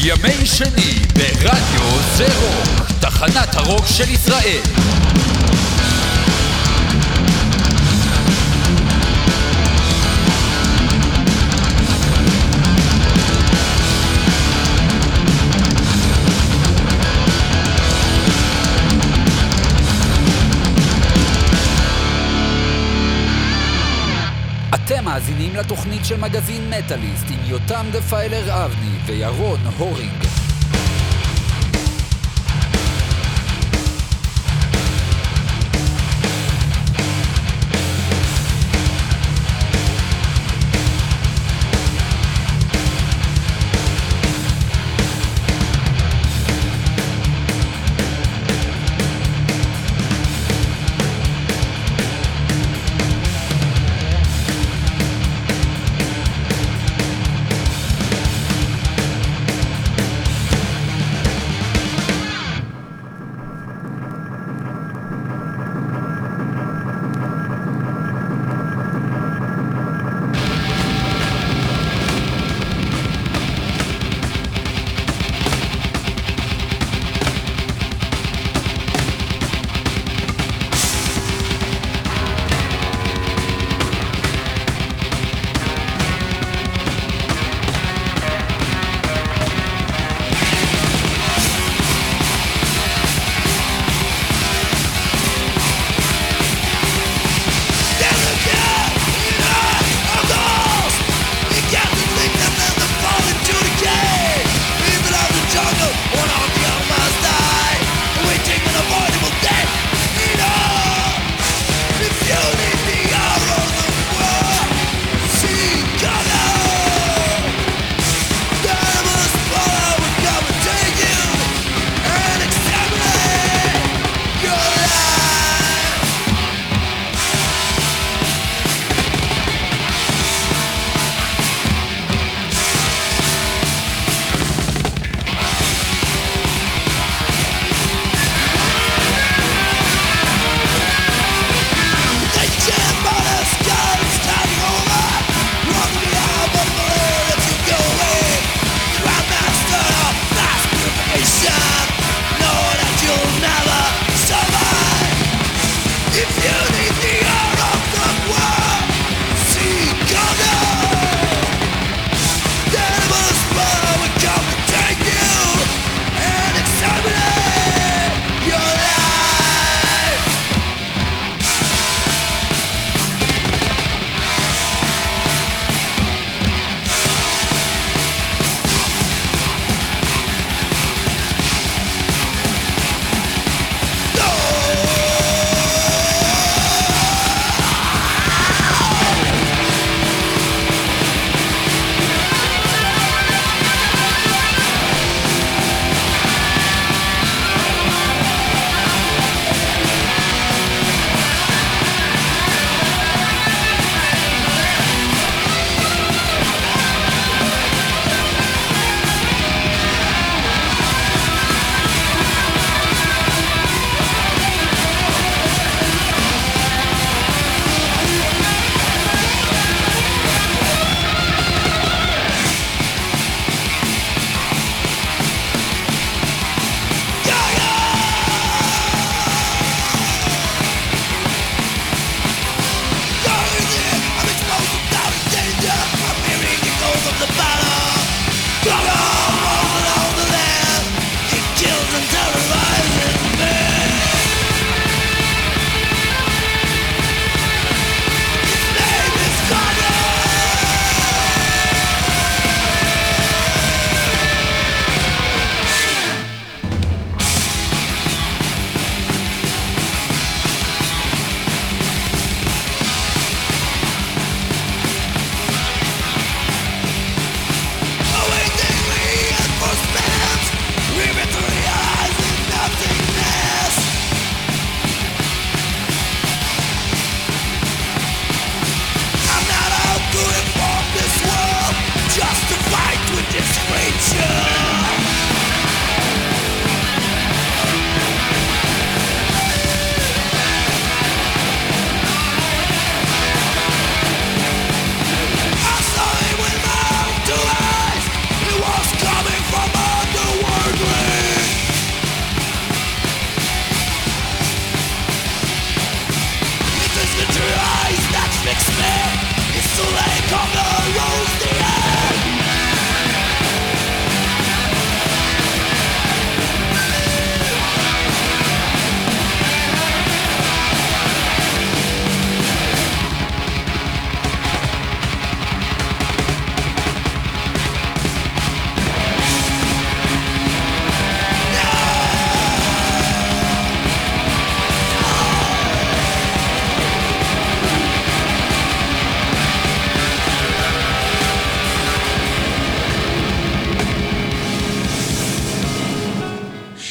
ימי שני ברדיו זה רוק, תחנת הרוק של ישראל. אתם מאזינים לתוכנית של מגזין מטאליסט עם יותם דפיילר אבני וירון הורינג.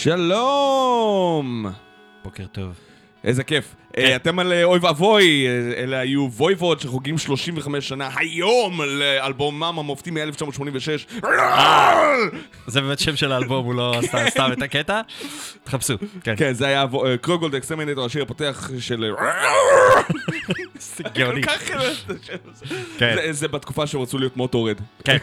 שלום! בוקר טוב. איזה כיף. אתם על אוי ואבוי, אלה היו וויבוד שחוגגים 35 שנה היום לאלבומם המופתי מ-1986. זה באמת שם של האלבום, הוא לא סתם את הקטע? תחפשו. כן, זה היה קרוגולד אקסטרמינטור, השיר הפותח של... זה גאוני. זה בתקופה שהם רצו להיות מוטורד. כן,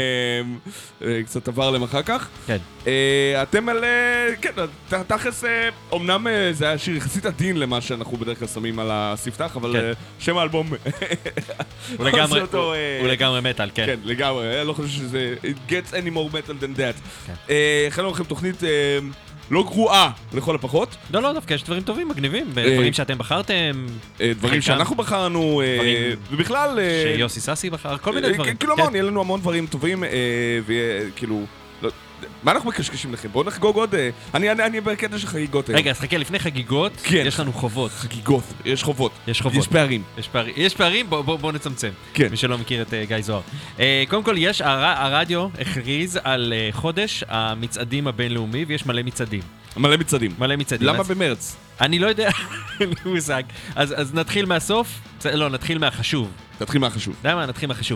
קצת עבר להם אחר כך. כן. אתם על... כן, תכלס, אמנם זה היה שיר יחסית עדין למה שאנחנו בדרך כלל שמים על הספתח, אבל שם האלבום... הוא לגמרי מטל, כן. כן, לגמרי, אני לא חושב שזה... It gets any more metal than that. הכנו לכם תוכנית לא גרועה, לכל הפחות. לא, דווקא יש דברים טובים, מגניבים, דברים שאתם בחרתם. דברים שאנחנו בחרנו, ובכלל... שיוסי ססי בחר, כל מיני דברים. כאילו המון, יהיה לנו המון דברים טובים, וכאילו... מה אנחנו מקשקשים לכם? בואו נחגוג עוד... אני בקטע של חגיגות היום. רגע, אז חכה, לפני חגיגות, יש לנו חובות. חגיגות, יש חובות. יש חובות. יש פערים. יש פערים, בואו נצמצם. כן. מי שלא מכיר את גיא זוהר. קודם כל, הרדיו הכריז על חודש המצעדים הבינלאומי, ויש מלא מצעדים. מלא מצעדים. מלא מצעדים. למה במרץ? אני לא יודע, אין לי מושג. אז נתחיל מהסוף? לא, נתחיל מהחשוב. תתחיל מהחשוב. די מה, נתחיל מהחשוב.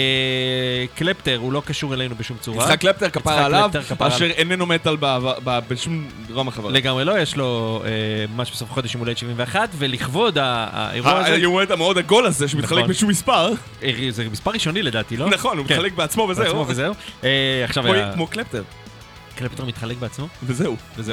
קלפטר, הוא לא קשור אלינו בשום צורה. יצחק קלפטר כפר עליו, אשר איננו מטל בשום רמה חברה. לגמרי לא, יש לו ממש בסוף חודש יום הולדת 71, ולכבוד האירוע הזה... היום הולדת המאוד עגול הזה, שמתחלק בשום מספר. זה מספר ראשוני לדעתי, לא? נכון, הוא מתחלק בעצמו וזהו. בעצמו וזהו. כמו קלפטר. קלפטר מתחלק בעצמו? וזהו.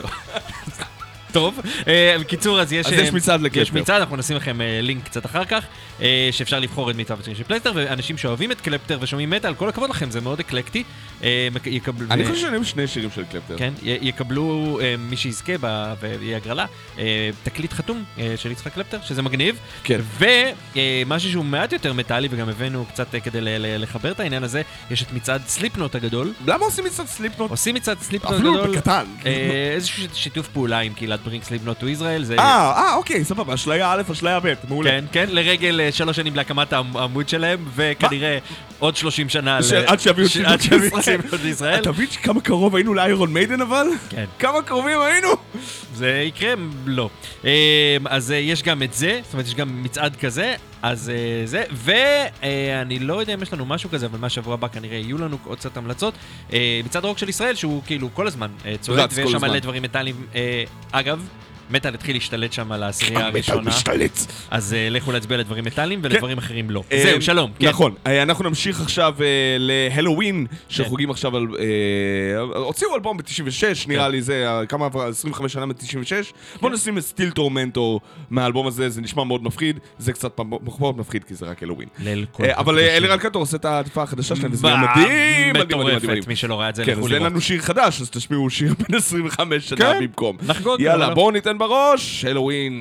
טוב, בקיצור, אז יש מצעד לקלפטר. יש מצעד, אנחנו נשים לכם לינק קצת אחר כך, שאפשר לבחור את מצעד של קלפטר, ואנשים שאוהבים את קלפטר ושומעים מטל, כל הכבוד לכם, זה מאוד אקלקטי. אני חושב שאני שני שירים של קלפטר. כן, יקבלו מי שיזכה ויהיה הגרלה, תקליט חתום של יצחק קלפטר, שזה מגניב. כן. ומשהו שהוא מעט יותר מטלי, וגם הבאנו קצת כדי לחבר את העניין הזה, יש את מצעד סליפנוט הגדול. למה עושים מצעד סליפנוט? עושים מצעד סליפנוט הגדול. אפילו בקטן. איזשהו שיתוף פעולה עם קהילת ברינג סליפנוט טו ישראל. אוקיי, סבבה, אשליה א', אשליה ב', מעולה. כן, כן, לרגל 3 שנים להקמת העמוד שלהם, וכנראה עוד 30 שנה עד שיביאו סליפנוט לישראל. אתה מבין כמה קרוב היינו לאיירון מיידן אבל? כן. כמה קרובים היינו? זה יקרה? לא. אז יש גם את זה, זאת אומרת יש גם מצעד כזה, אז זה, ואני לא יודע אם יש לנו משהו כזה, אבל מהשבוע הבא כנראה יהיו לנו עוד קצת המלצות. מצעד הרוק של ישראל, שהוא כאילו כל הזמן צועק, ויש שם מלא דברים מטאליים. אגב, מטאל התחיל להשתלט שם על העשירייה הראשונה. מטאל משתלט. אז לכו להצביע לדברים מטאליים ולדברים אחרים לא. זהו, שלום. נכון, אנחנו נמשיך עכשיו להלווין, שחוגגים עכשיו על... הוציאו אלבום ב-96, נראה לי זה, כמה עברה, 25 שנה ב-96. בואו נשים את סטיל טורמנטו מהאלבום הזה, זה נשמע מאוד מפחיד, זה קצת פחות מפחיד כי זה רק הלווין. אבל אלירן קטור עושה את העטיפה החדשה שלהם, וזה מדהים, מטורפת, מי שלא ראה את זה, לכו לראות. כן, אז אין לנו שיר חדש, אז תשמיעו שיר בין 25 שנה במקום. יאללה, בואו ניתן בראש, הלווין.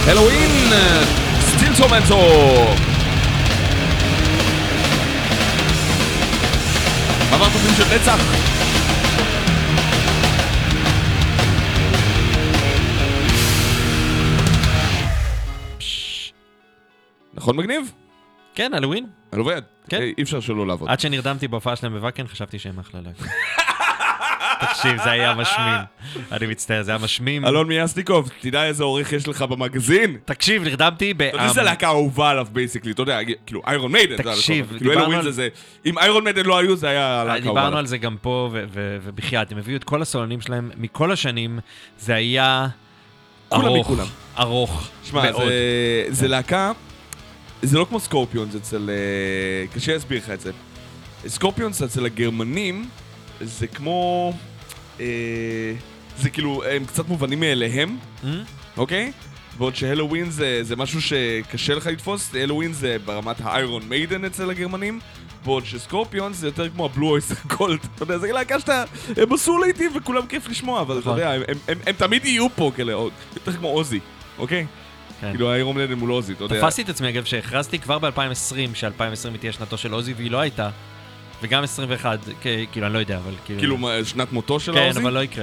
הלואוין, סטיל טורמנטור. מעבר תופים של נצח. נכון מגניב? כן, הלואוין. על עובד. כן. אי אפשר שלא לעבוד. עד שנרדמתי בהופעה שלהם בוואקן, חשבתי שהם אחלה להקה. תקשיב, זה היה משמים. אני מצטער, זה היה משמים. אלון מיאסניקוב, תדע איזה עורך יש לך במגזין. תקשיב, נרדמתי אתה יודע שזה להקה אהובה עליו בייסיקלי, אתה יודע, כאילו איירון מיידן. תקשיב, כאילו הלואוין זה, אם איירון מיידן לא היו, זה היה להקה אהובה. דיברנו על זה גם פה, ובחייאת, הם הביאו את כל הסולנים שלהם מכל השנים, זה היה ארוך. שמע, זה להקה, זה לא כמו סקורפיונס אצל, קשה להסביר לך את זה. סקורפיונס אצל הגרמנים, זה כמו, זה כאילו, הם קצת מובנים מאליהם, אוקיי? ועוד שהלואוין זה משהו שקשה לך לתפוס, הלואוין זה ברמת האיירון מיידן אצל הגרמנים, ועוד שסקורפיונס זה יותר כמו הבלו אויסטר גולד, אתה יודע, זה להקה שאתה, הם עשו לעיתים וכולם כיף לשמוע, אבל אתה יודע, הם תמיד יהיו פה כאלה, יותר כמו אוזי, אוקיי? כאילו האיירון מיידן מול אוזי, אתה יודע. תפסתי את עצמי אגב שהכרזתי כבר ב-2020, ש-2020 תהיה שנתו של אוזי, והיא לא הייתה. וגם 21, כאילו, אני לא יודע, אבל כאילו... כאילו, שנת מותו של האוזי? כן, אבל לא יקרה.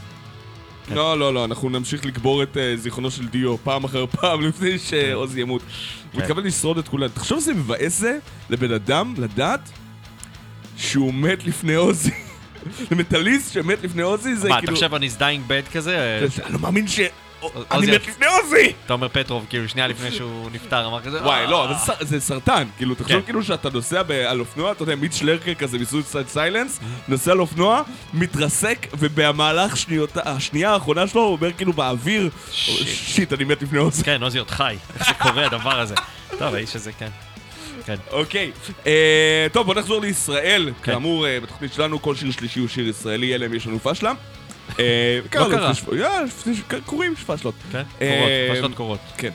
לא, אנחנו נמשיך לקבור את זיכרונו של דיו פעם אחר פעם לפני שעוזי ימות. הוא מתכוון לשרוד את כולם. תחשוב שזה מבאס זה לבן אדם לדעת שהוא מת לפני עוזי. למטליסט שמת לפני עוזי זה כאילו... מה, אתה חושב on his dying bed כזה? אני לא מאמין אני מת לפני עוזי! אתה אומר פטרוב, כאילו שנייה לפני שהוא נפטר, אמר כזה... וואי, לא, אבל זה סרטן. כאילו, תחשוב כאילו שאתה נוסע על אופנוע, אתה יודע, מיץ' לרקר כזה מסויסייד סיילנס, נוסע על אופנוע, מתרסק, ובמהלך השנייה האחרונה שלו, הוא אומר כאילו באוויר, שיט, אני מת לפני עוזי. כן, עוזי עוד חי. איך זה קורה הדבר הזה? טוב, האיש הזה, כן. אוקיי, טוב, בוא נחזור לישראל. כאמור, בתוכנית שלנו כל שיר שלישי הוא שיר ישראלי, אלא אם יש לנו פשלה. לא קרה. קוראים פשלות. כן, פשלות קורות. כן.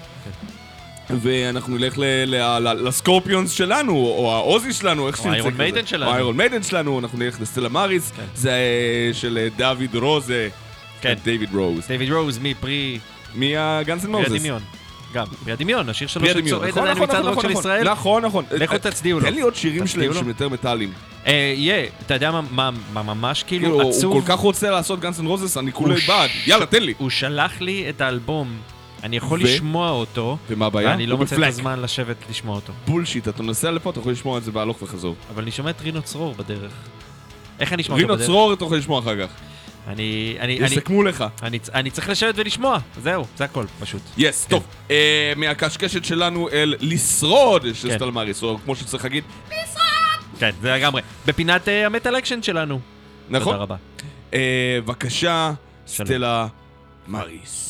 ואנחנו נלך לסקורפיונס שלנו, או האוזי שלנו, איך שנצא כזה. האיירון מיידן שלנו. או האיירון מיידן שלנו, אנחנו נלך לסטלה מאריס. זה של דוד רוזה. כן. דיוויד רוז. דיוויד רוז מפרי... מהגאנס אנד מוזס. פרי הדמיון. גם, פרי הדמיון, השיר שלו פרי הדמיון. שצועד עדיין מצד רוק של ישראל. נכון. לכו תצדיעו לו. תן לי עוד שירים שלהם שהם יותר מטאליים. אתה יודע מה ממש כאילו עצוב? הוא כל כך רוצה לעשות גאנס אנד רוזס, אני כולי בעד. יאללה, תן לי. הוא שלח לי את האלבום. אני יכול לשמוע אותו. ומה הבעיה? ואני לא מוצא את הזמן לשבת לשמוע אותו. בולשיט, אתה נוסע לפה, אתה יכול לשמוע את זה בהלוך וחזור. אבל אני שומע את רינו צרור בדרך. איך אני אשמע אותו בדרך? רינו צרור אתה יכול לשמוע אחר כך. יסכמו לך. אני צריך לשבת ולשמוע, זהו, זה הכל, פשוט. יס, טוב. מהקשקשת שלנו אל לשרוד של סטלה מאריס, או כמו שצריך להגיד, לשרוד! כן, זה לגמרי. בפינת המטל אקשן שלנו. נכון. תודה רבה. בבקשה, סטלה מאריס.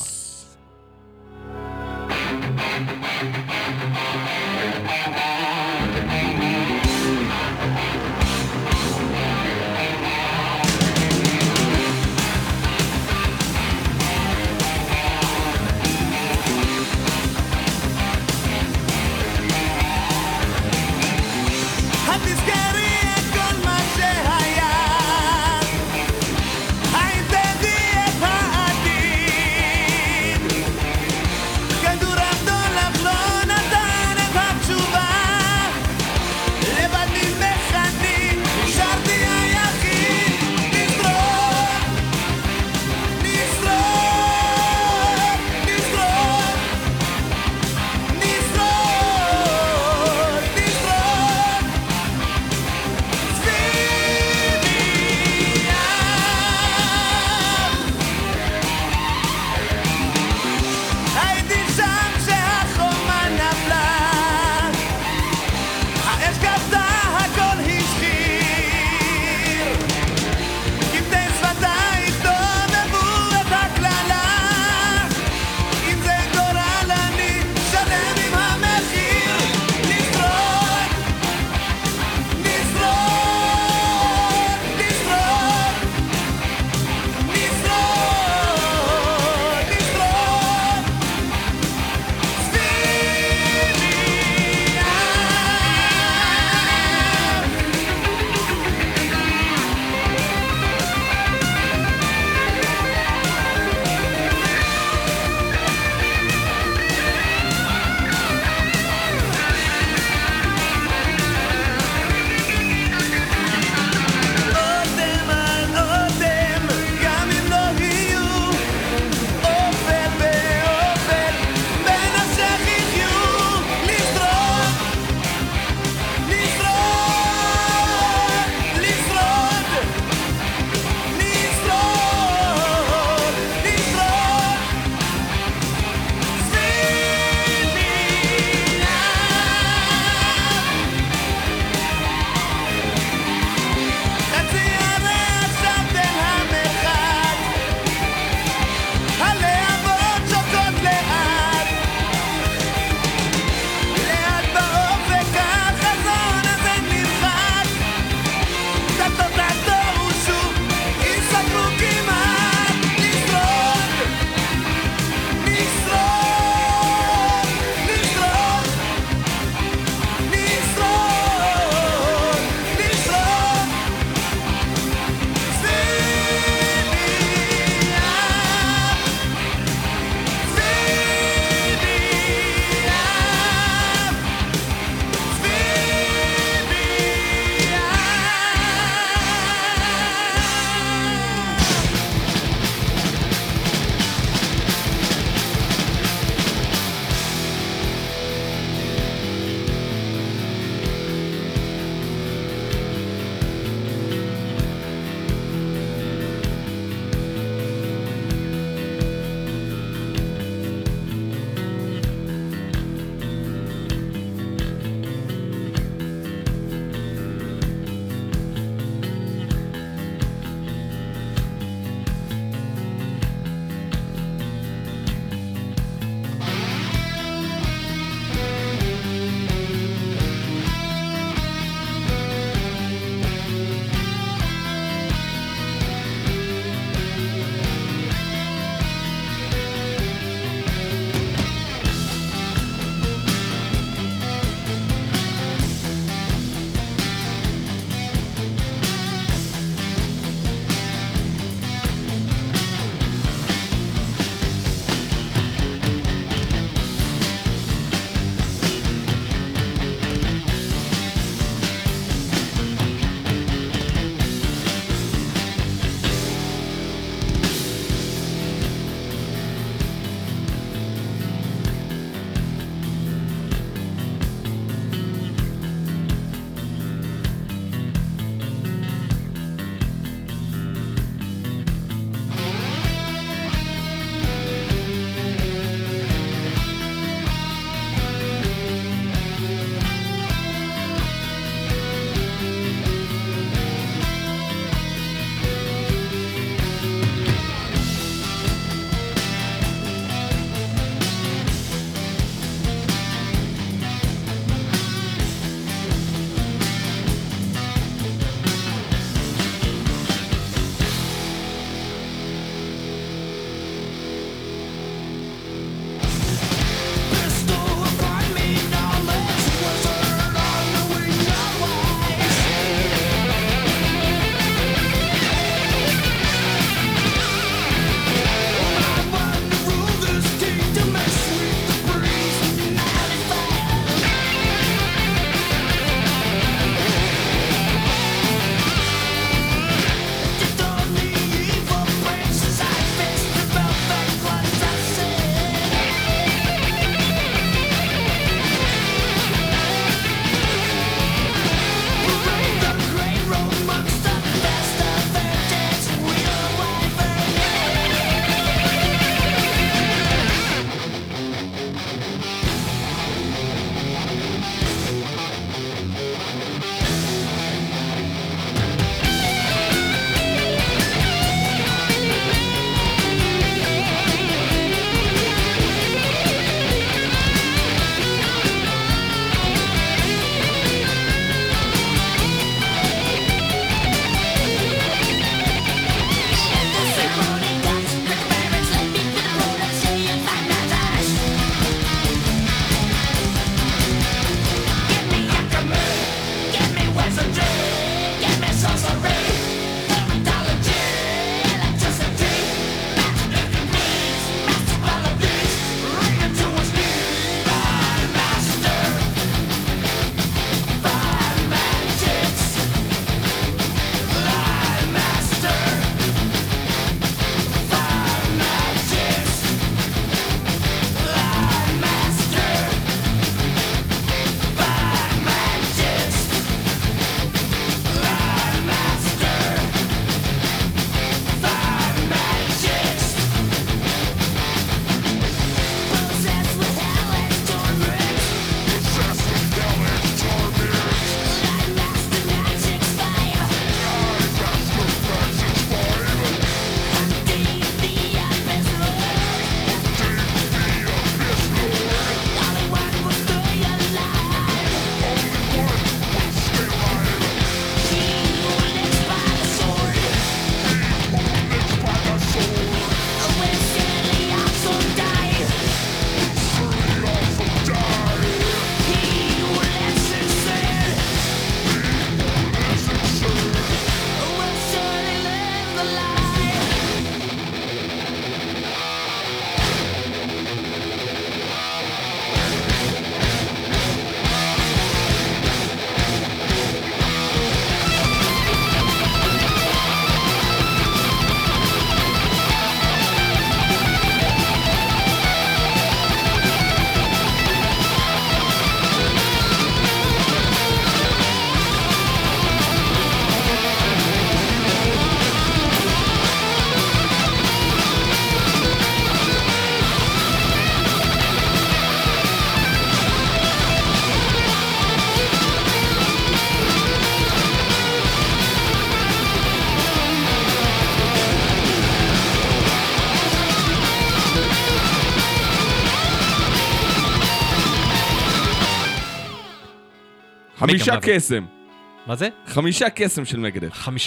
5 מוות. קסם. מה זה? 5 קסם של מגדף. 5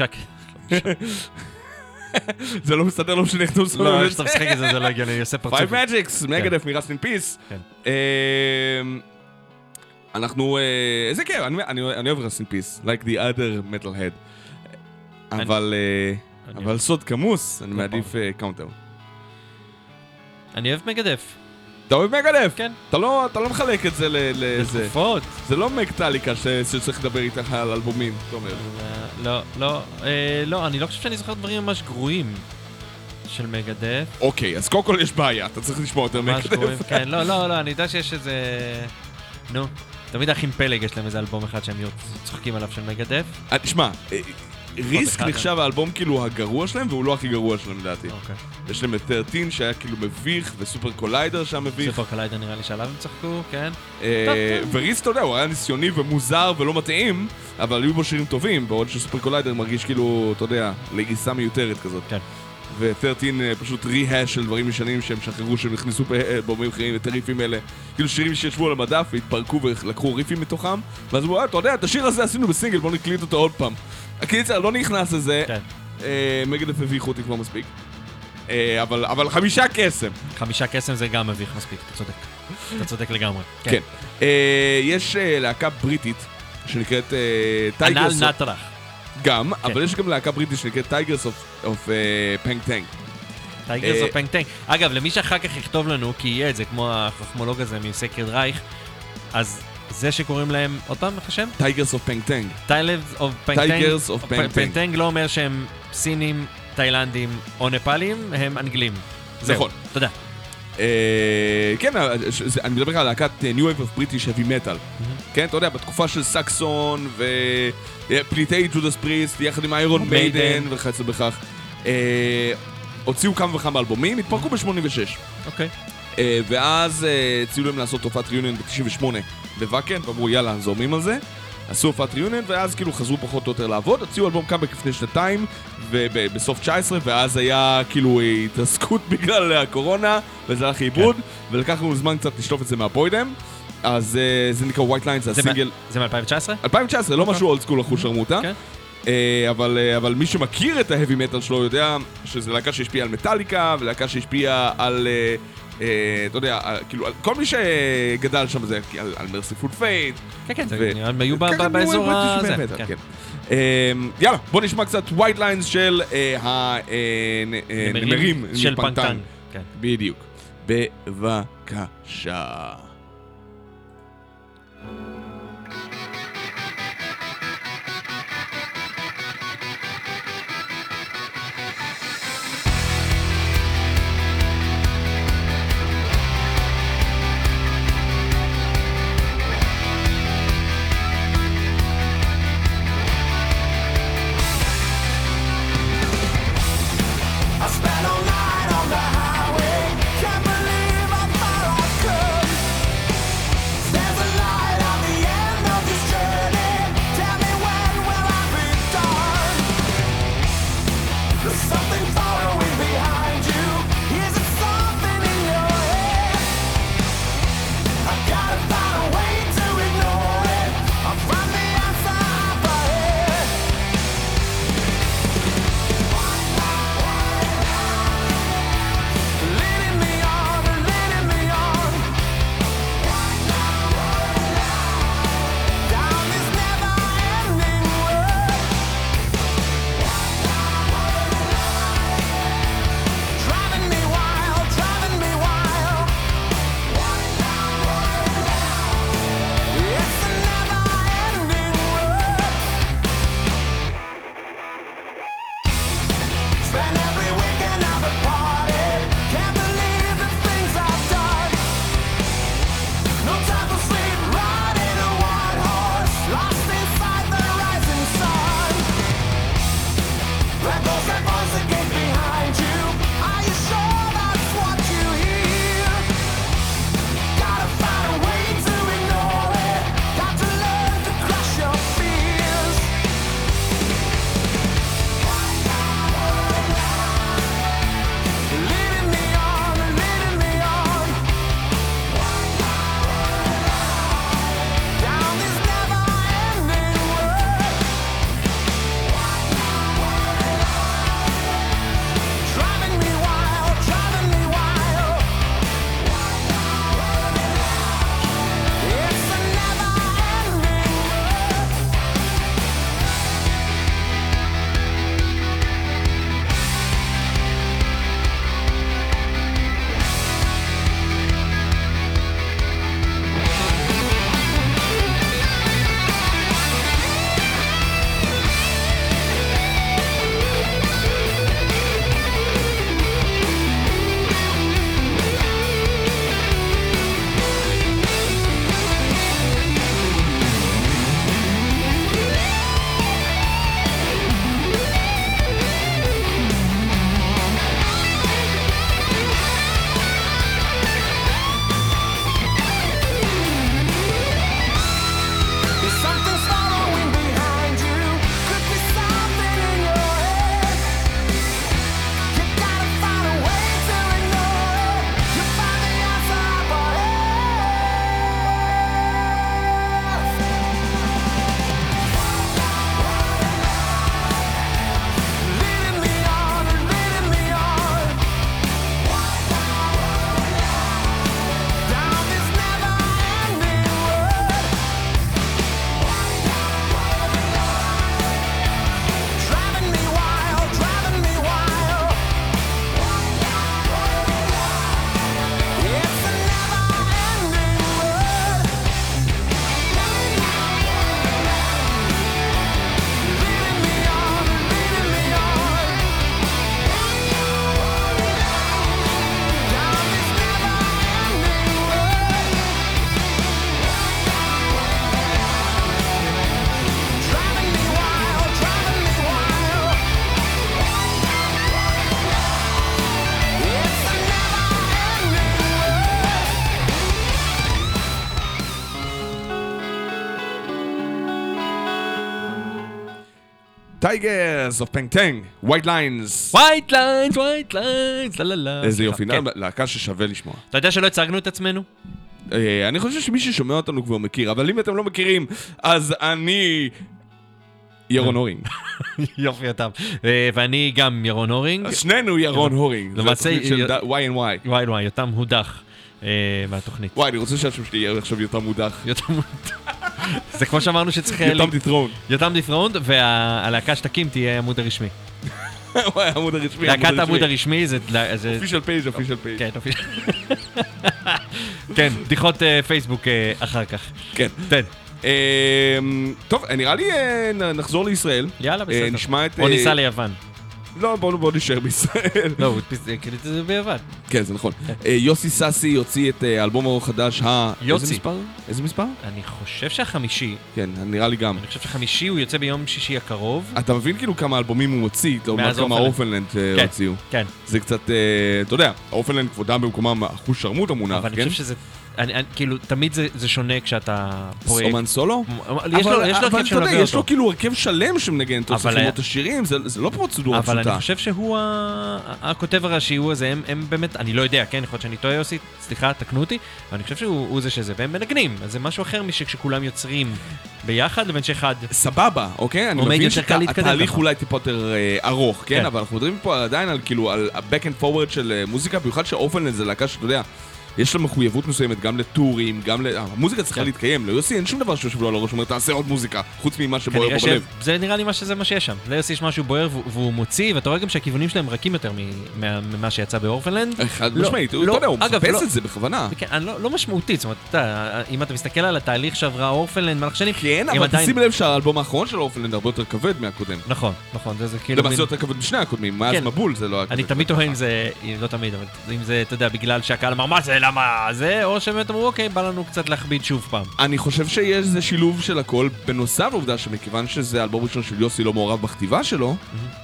זה לא מסתדר, לא משנה איך אתה עושה לא, את איך שאתה משחק את זה, זה לא הגיוני, אני עושה 5 פרצוף. Magics, מגדף מ-Rust in Peace. כן. אנחנו, זה כן, אני אוהב Rust in Peace, like the other metalhead. אבל סוד כמוס, אני מעדיף קאונטר. אני אוהב מגדף. אתה אוהב מגדף? כן. אתה לא מחלק את זה לזה. לתקופות. זה לא מגטליקה שצריך לדבר איתך על אלבומים, אתה אומר. לא, אני לא חושב שאני זוכר דברים ממש גרועים של מגדף. אוקיי, אז קודם כל יש בעיה, אתה צריך לשמוע יותר ממש גרועים, מגדף. כן, לא, אני יודע שיש איזה... נו, תמיד האחים פלג יש להם איזה אלבום אחד שהם צוחקים עליו של מגדף. תשמע, ריסק אחד. נחשב האלבום כאילו הגרוע שלהם, והוא לא הכי גרוע שלהם לדעתי. אוקיי. יש להם את 13 שהיה כאילו מביך, וסופר קוליידר שהיה מביך. סופר קוליידר נראה לי שעליו הם צחקו, כן. וריסק, אתה יודע, הוא היה ניסיוני ומוזר ולא מתאים, אבל היו בו שירים טובים, בעוד שסופר קוליידר מרגיש כאילו, אתה יודע, לגיסה מיותרת כזאת. כן. ו-13 פשוט ריהש של דברים ישנים שהם שחררו, שהם נכנסו באלבומים אחרים, את הריפים האלה. כאילו שירים שישבו על המדף והתפרקו ולקחו ריפים מתוכם, ואז הוא אמר, אתה יודע, את השיר הזה עשינו בסינגל, בוא נקליט אותו עוד פעם. הקיצר, לא נכנס לזה, כן. מגדף הביכו אותי כבר מספיק. אבל 5 קסם. 5 קסם זה גם מביך מספיק, אתה צודק. אתה צודק לגמרי. כן. יש להקה בריטית שנקראת אנל טייגרס... נטרח. גם, אבל יש גם להקה בריטית שנקראת טייגרס אוף פנק טנק. טייגרס אוף פנק טנק. אגב, למי שאחר כך יכתוב לנו, כי יהיה את זה כמו החכמולוג הזה מסקרד רייך, אז זה שקוראים להם, עוד פעם, איך השם? טייגרס אוף פנק טנק. טיילרס אוף פנק טנק. טייגרס אוף פנק טנק. פנק טנק לא אומר שהם סינים, תאילנדים או נפאלים, הם אנגלים. נכון. תודה. כן, אני מדבר על להקת New Wave of British Heavy Metal. כן, אתה יודע, בתקופה של סקסון ופליטי ג'ודס פריסט, יחד עם איירון מיידן וכיוצא בכך. הוציאו כמה וכמה אלבומים, התפרקו ב-86. אוקיי. ואז הציעו להם לעשות הופעת ריוניון ב-98 בוואקן, ואמרו יאללה, זורמים על זה. עשו הופעת ריוניון, ואז כאילו חזרו פחות או יותר לעבוד, הוציאו אלבום קאמבק לפני 2 ובסוף 19, ואז היה כאילו התרסקות בגלל הקורונה, וזה הלך לאיבוד, ולקח לנו זמן קצת לשלוף את זה מהבוידם, אז זה נקרא White Lines, זה הסינגל... זה מ-2019? 2019, לא משהו אולד סקול אחוז שרמוטה. אבל מי שמכיר את ההאבי מטל שלו יודע שזה להקה שהשפיעה על מטאליקה, ולהקה שהשפיעה על... אתה יודע, כאילו, כל מי שגדל שם זה על מרסיפול פייט. כן, כן, הם היו באזור הזה. יאללה, בוא נשמע קצת White Lines של הנמרים של פנקטן. בדיוק. בבקשה. Can't believe how far I've come. There's a light on the טייגרס אוף פנקטנג, ווייט ליינס. White lines, white lines, לא, לא, לא. איזה יופי, כן. להקה ששווה לשמוע. אתה יודע שלא הצגנו את עצמנו? אני חושב שמי ששומע אותנו כבר מכיר, אבל אם אתם לא מכירים, אז אני ירון הורינג. יופי, יותם. ואני גם ירון הורינג. שנינו ירון הורינג. למעשה, זה התוכנית של Y&Y. וואי וואי, יותם הודח מהתוכנית. וואי, אני רוצה שהשם שלי יהיה עכשיו יותם מודח. יותם הודח. זה כמו שאמרנו שצריך... יותם דיתרון. יותם דיפרונד, והלהקה שתקים תהיה העמוד הרשמי. וואי, העמוד הרשמי. להקת העמוד הרשמי זה... אופישל פייג', אופישל פייג'. כן, כן, בדיחות פייסבוק אחר כך. כן. תן. טוב, נראה לי נחזור לישראל. יאללה, בסדר. נשמע את... או ניסע ליוון. לא, בוא נשאר בישראל. לא, הוא קליט את זה ביוון. כן, זה נכון. יוסי סאסי הוציא את האלבום החדש יוצי. איזה מספר? אני חושב שהחמישי, כן, נראה לי גם. אני חושב שהחמישי הוא יוצא ביום שישי הקרוב. אתה מבין כאילו כמה אלבומים הוא הוציא, לעומת כמה אורפנלנד הוציאו. כן. זה קצת, אתה יודע, אורפנלנד כבודם במקומם אחוז שרמוט המונח, אבל כן? אני חושב שזה... כאילו, תמיד זה שונה כשאתה פרויקט. אומן סולו? יש לו הרכב אבל אתה שמלווה יודע, יש לו אותו. כאילו הרכב שלם שמנגן אותו, אבל צריכים את השירים, זה לא פרוצדורה אבל פשוטה. אני חושב שהוא הכותב הראשי, הוא הזה, הם באמת, אני לא יודע, כן, יכול להיות שאני טועה יוסי, סליחה, תקנו אותי, אבל אני חושב שהוא זה שזה, והם מנגנים, אז זה משהו אחר משכשכולם יוצרים ביחד לבין שאחד. סבבה, אוקיי? אני עומד מבין יותר קל להתקדם שהתהליך ככה. אולי טיפה יותר ארוך, כן? כן. אבל אנחנו מדברים פה עדיין על כאילו, על ה-back and forward של מוזיקה, במיוחד שאורפנלנד זה להקה שאתה יודע, יש לה מחויבות מסוימת גם לטורים, גם המוזיקה צריכה כן. להתקיים, ליוסי אין שום דבר שיושב לו על הראש, הוא אומר תעשה עוד מוזיקה, חוץ ממה שבוער כנראה פה בלב. זה נראה לי שזה מה שיש שם. ליוסי יש משהו בוער והוא מוציא, ואתה רואה גם שהכיוונים שלהם רכים יותר ממה שיצא באורפנלנד. חד לא, משמעית, לא, אתה יודע, הוא אגב, מחפש לא. את זה בכוונה. כן, לא משמעותית, זאת אומרת, אתה, אם אתה מסתכל על התהליך שעברה אורפנלנד במהלך שנים, כן, הם אבל עדיין... תשים לב שהאלבום האחרון של אורפנלנד הרבה יותר כבד מהקודם. נכון, זה כאילו... למעשה יותר כבד משני הקודמים, מאז כן. מבול זה לא היה כזה. אני תמיד תוהה אם זה, לא תמיד, אבל אם זה, אתה יודע, בגלל שהקהל אמר, מה זה, למה זה, או שבאמת אמרו, אוקיי, בא לנו קצת להכביד שוב פעם. אני חושב שיש איזה שילוב של הכל, בנוסף לעובדה שמכיוון שזה האלבום ראשון של יוסי לא מעורב בכתיבה שלו,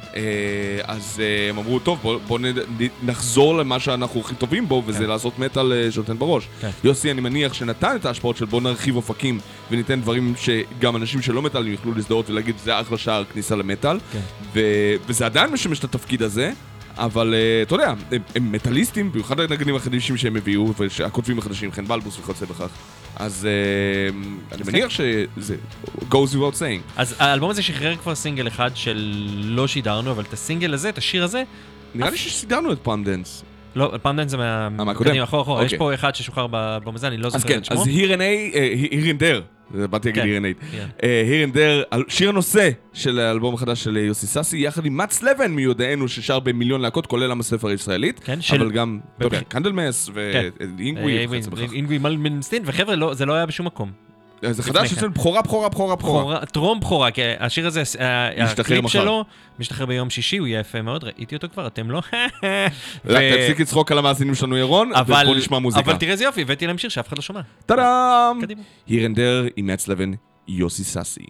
אז הם אמרו, טוב, בוא נחזור למה שאנחנו הכי טובים בו, וזה לעשות מטל שנותן בראש. יוסי, אני מניח שנתן את ההשפעות של בוא נרחיב אופקים, וניתן דברים שגם אנשים שלא מטלים יוכלו להזדהות ולהגיד, זה אחלה שער כניסה למטל, וזה עדיין משמש את התפקיד הזה. אבל אתה יודע, הם מטליסטים, במיוחד הנגנים החדשים שהם הביאו, והכותבים החדשים, חן בלבוס וכיוצא בכך. אז אני מניח שזה goes without saying. אז האלבום הזה שחרר כבר סינגל אחד שלא שידרנו, אבל את הסינגל הזה, את השיר הזה... נראה לי שסידרנו את פאם דנס. לא, פאם דנס זה מהקודם. אחורה. יש פה אחד ששוחרר באלבום הזה, אני לא זוכר את שמו. אז Here and There, באתי להגיד Here and There. Here and There, שיר הנושא של האלבום החדש של יוסי סאסי, יחד עם מאץ לבן מיודענו ששר במיליון להקות, כולל עם הספר הישראלית, אבל גם, אתה יודע, קנדלמס ואינגווי וכיוצא בכך. אינגווי מלמנסטין, וחבר'ה, זה לא היה בשום מקום. זה חדש אצלנו בכורה. טרום בכורה, כי השיר הזה, הקליפ מחר. שלו, משתחרר ביום שישי, הוא יהיה יפה מאוד, ראיתי אותו כבר, אתם לא? תפסיק לצחוק על המאזינים שלנו ירון, ובוא נשמע מוזיקה. אבל תראה איזה יופי, הבאתי להם שיר שאף אחד לא שומע. טאדאם! קדימה. Here and There עם מאץ לבן, יוסי סאסי.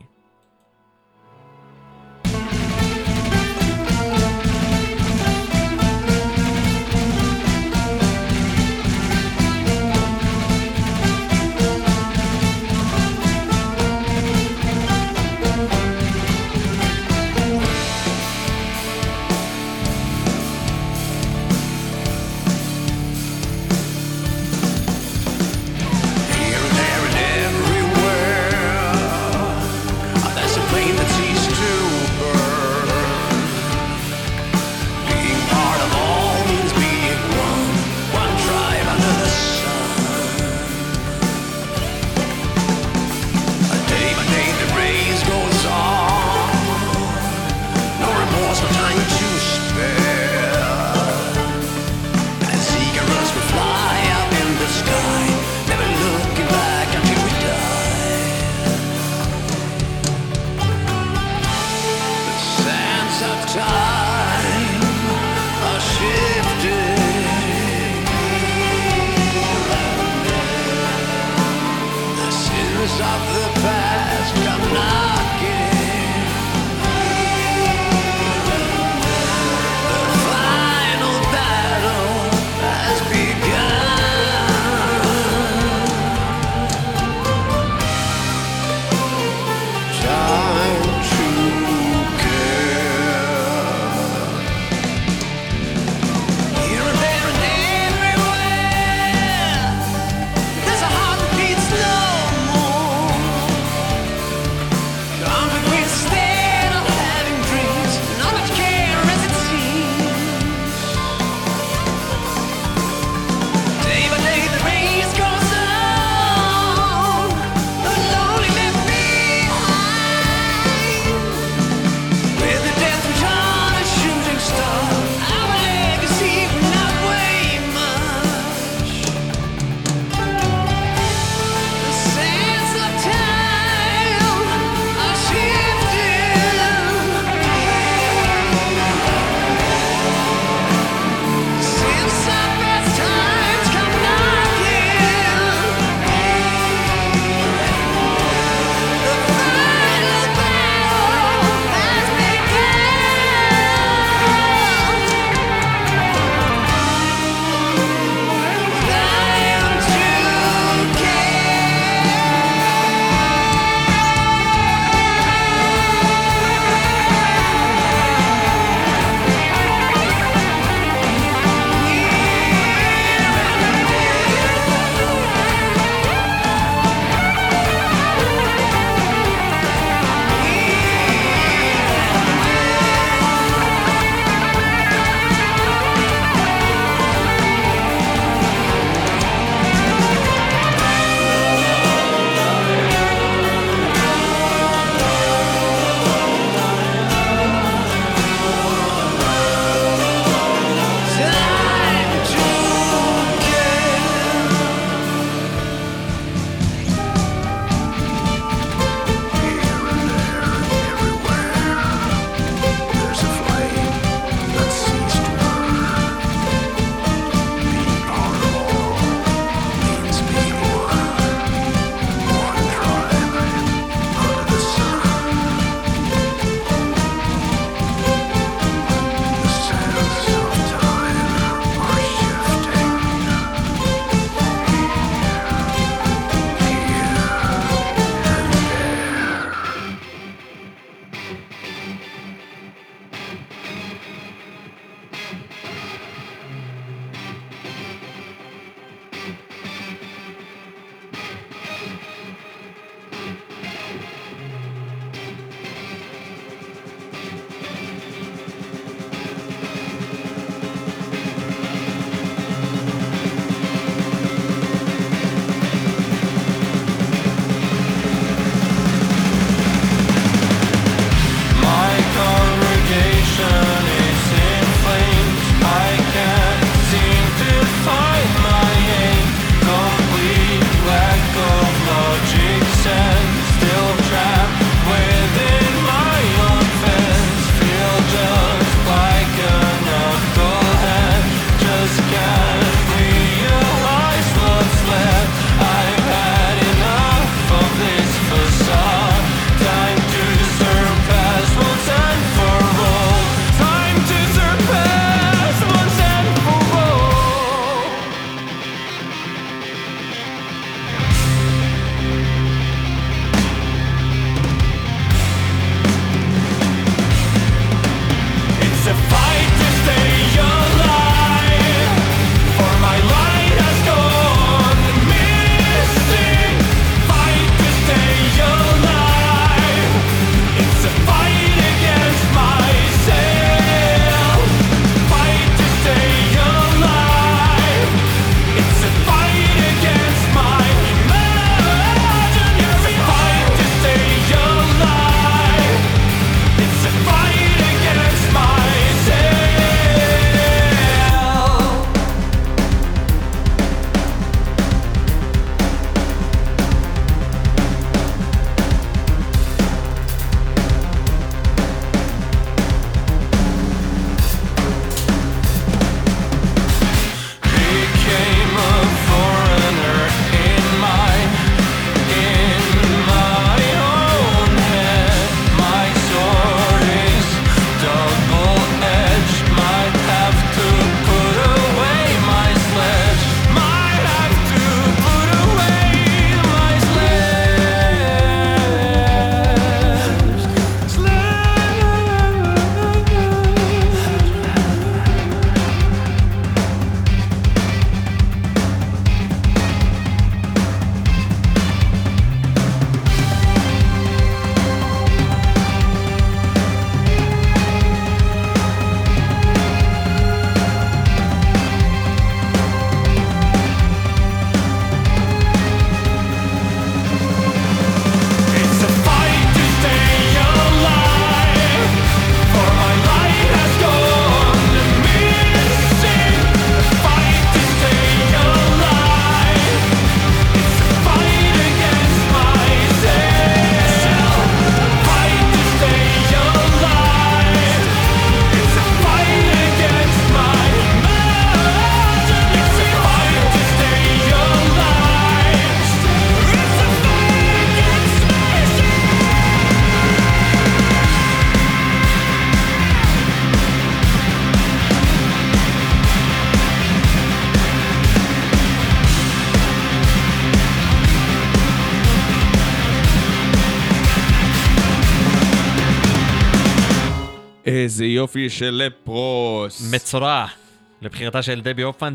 איזה יופי של לפרוס. מצורע, לבחירתה של דבי הופמן.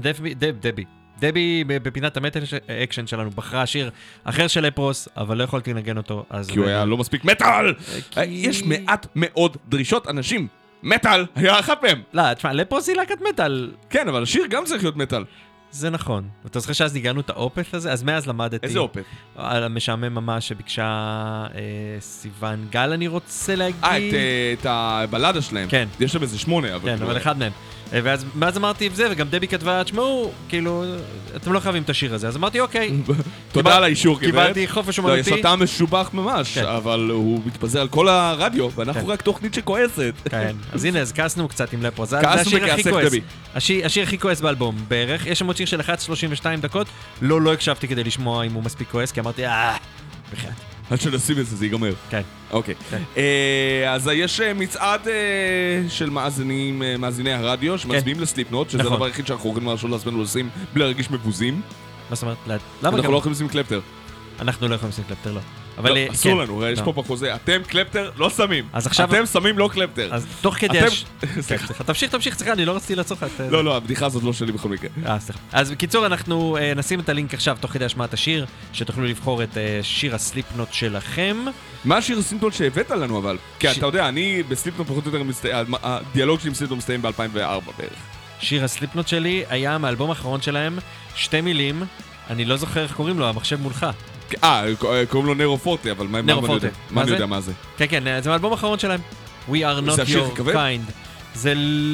דבי בפינת המטל אקשן שלנו בחרה שיר אחר של לפרוס, אבל לא יכולתי לנגן אותו. כי הוא היה לא מספיק מטל! יש מעט מאוד דרישות אנשים. מטל היה אחת מהם. לא, תשמע, לפרוס היא להקת מטל. כן, אבל השיר גם צריך להיות מטל. זה נכון. אתה זוכר שאז ניגענו את האופף הזה? אז מאז למדתי. איזה אופף? על המשעמם ממש שביקשה סיוון גל, אני רוצה להגיד. את הבלדה שלהם. כן. יש להם איזה 8, אבל... כן, אבל אחד מהם. ואז אמרתי את זה, וגם דבי כתבה, תשמעו, כאילו, אתם לא חייבים את השיר הזה. אז אמרתי, אוקיי. תודה על האישור, גברת. קיבלתי חופש אומנותי. יש אותם משובח ממש, כן. אבל הוא מתפזר על כל הרדיו, ואנחנו רק תוכנית שכועסת. כן, אז הנה, אז כעסנו קצת עם לפרוס. זה כעסנו השיר הכי בכעסך, כועס. דבי. השיר הכי כועס באלבום, בערך. יש שם עוד שיר של 1:32 דקות. לא הקשבתי כדי לשמוע אם הוא מספיק כועס, כי אמרתי, בחייאת. עד שנשים את זה, זה ייגמר. כן. אוקיי. כן. אז יש מצעד של מאזיני הרדיו, שמצביעים לסליפנוט, שזה נכון. הדבר היחיד שאנחנו יכולים להרשות לעצמנו לשים בלי להרגיש מבוזים. מה זאת אומרת? למה אנחנו לא יכולים לשים קלפטר. אנחנו לא יכולים לשים קלפטר, לא. לא, אבל אסור לנו, יש פה בחוזה, אתם קלפטר לא שמים. אז עכשיו... אתם שמים לא קלפטר. אז תוך כדי... סליחה. תמשיך, סליחה, אני לא רציתי לעצור לך את... לא, הבדיחה הזאת לא שלי בכל מקרה. סליחה. אז בקיצור, אנחנו נשים את הלינק עכשיו תוך כדי השמעת השיר, שתוכלו לבחור את שיר הסליפנוט שלכם. מה השיר הסליפנוט שהבאת לנו אבל? כי אתה יודע, אני בסליפנוט פחות או יותר, הדיאלוג שלי עם סליפנוט מסתיים ב-2004 בערך. שיר הסליפנוט שלי היה מהאלבום האחרון שלהם, 2 מילים, אני לא זוכר איך קוראים לו, המחשב מולך. קוראים לו נרו-פורטה, אבל מה אני יודע מה זה? כן, זה מהאלבום האחרון שלהם. We are not זה השיר הכי your כבד? kind. זה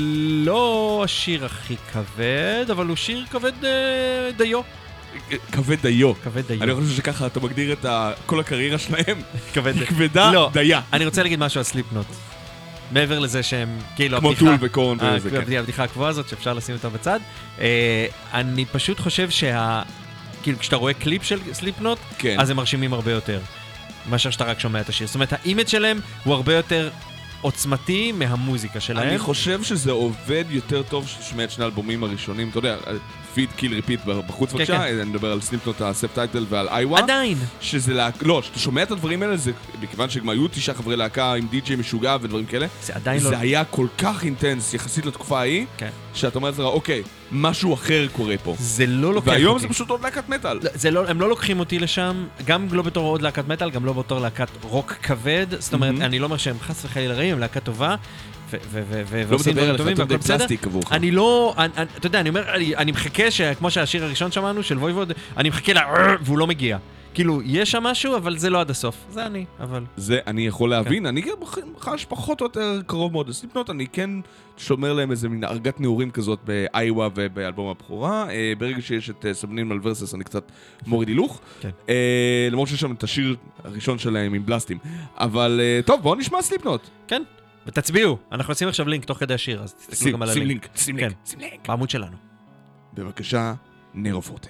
לא השיר הכי כבד, אבל הוא שיר כבד דיו. כבד דיו. כבד דיו. אני חושב שככה אתה מגדיר את כל הקריירה שלהם. כבד כבדה לא. דייה. אני רוצה להגיד משהו על סליפנוט. מעבר לזה שהם, כאילו, כמו טול וקורן וזה, כן. הבדיחה הקבועה הזאת שאפשר לשים אותה בצד. אני פשוט חושב כאילו, כשאתה רואה קליפ של סליפנוט, כן. אז הם מרשימים הרבה יותר, מאשר שאתה רק שומע את השיר. זאת אומרת, האימג' שלהם הוא הרבה יותר עוצמתי מהמוזיקה שלהם. אני חושב שזה עובד יותר טוב שתשמע את שני האלבומים הראשונים, אתה יודע, פיד, קיל, ריפיט בחוץ בבקשה, אני מדבר על סליפנוט, הסף טייטל ועל איווה. עדיין. שזה לא, שאתה שומע את הדברים האלה, זה מכיוון שגם היו 9 חברי להקה עם די-ג'יי משוגע ודברים כאלה, זה עדיין לא... זה היה כל כך אינטנס יחסית לתקופה ההיא, כן. שאתה אומר לזה, אוקיי, משהו אחר קורה פה. זה לא לוקח אותי. והיום זה פשוט עוד להקת מטל. הם לא לוקחים אותי לשם, גם לא בתור עוד להקת מטל, גם לא בתור להקת רוק כבד. זאת אומרת, אני לא אומר שהם חס וחלילה רעים, הם להקת טובה. ועושים דברים טובים והכל בסדר. אני לא, אתה יודע, אני אומר, אני מחכה כמו שהשיר הראשון שמענו, של וויבוד, אני מחכה והוא לא מגיע. כאילו, יש שם משהו, אבל זה לא עד הסוף. זה אני, אבל... זה אני יכול להבין, אני גם חש פחות או יותר קרוב מאוד לסליפנוט, אני כן שומר להם איזה מין הרגת נעורים כזאת באיווה ובאלבום הבכורה. ברגע שיש את סבנים על ורסס אני קצת מוריד הילוך. למרות שיש שם את השיר הראשון שלהם עם בלסטים. אבל טוב, בואו נשמע סליפנוט. כן, ותצביעו. אנחנו עושים עכשיו לינק תוך כדי השיר, אז תסתכלו גם על הלינק. שים לינק. בעמוד שלנו. בבקשה, נרו-פורטה.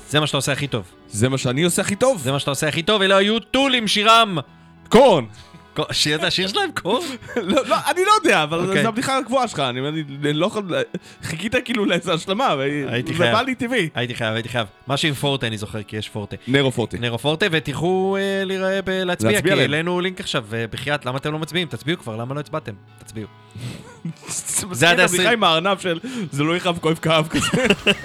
זה מה שאתה עושה הכי טוב. זה מה שאני עושה הכי טוב. זה מה שאתה עושה הכי טוב, אלא היו טולים שירם. קורן. זה השיר שלהם, קורן? לא, אני לא יודע, אבל אוקיי. זו הבדיחה הקבועה שלך, אני לא יכול... חיכית כאילו לאיזו השלמה, הייתי זה חייב. בא לי טבעי. הייתי חייב. משהו עם פורטה אני זוכר, כי יש פורטה. נרו פורטה. נרו פורטה, ותלכו להצביע, להצביע כי להם. העלינו לינק עכשיו, בחייאת, למה אתם לא מצביעים? תצביעו כבר, למה לא הצבעתם? תצביעו. זה עד הבדיחה עם הארנב של זה לא יכאב כואב כאב כזה.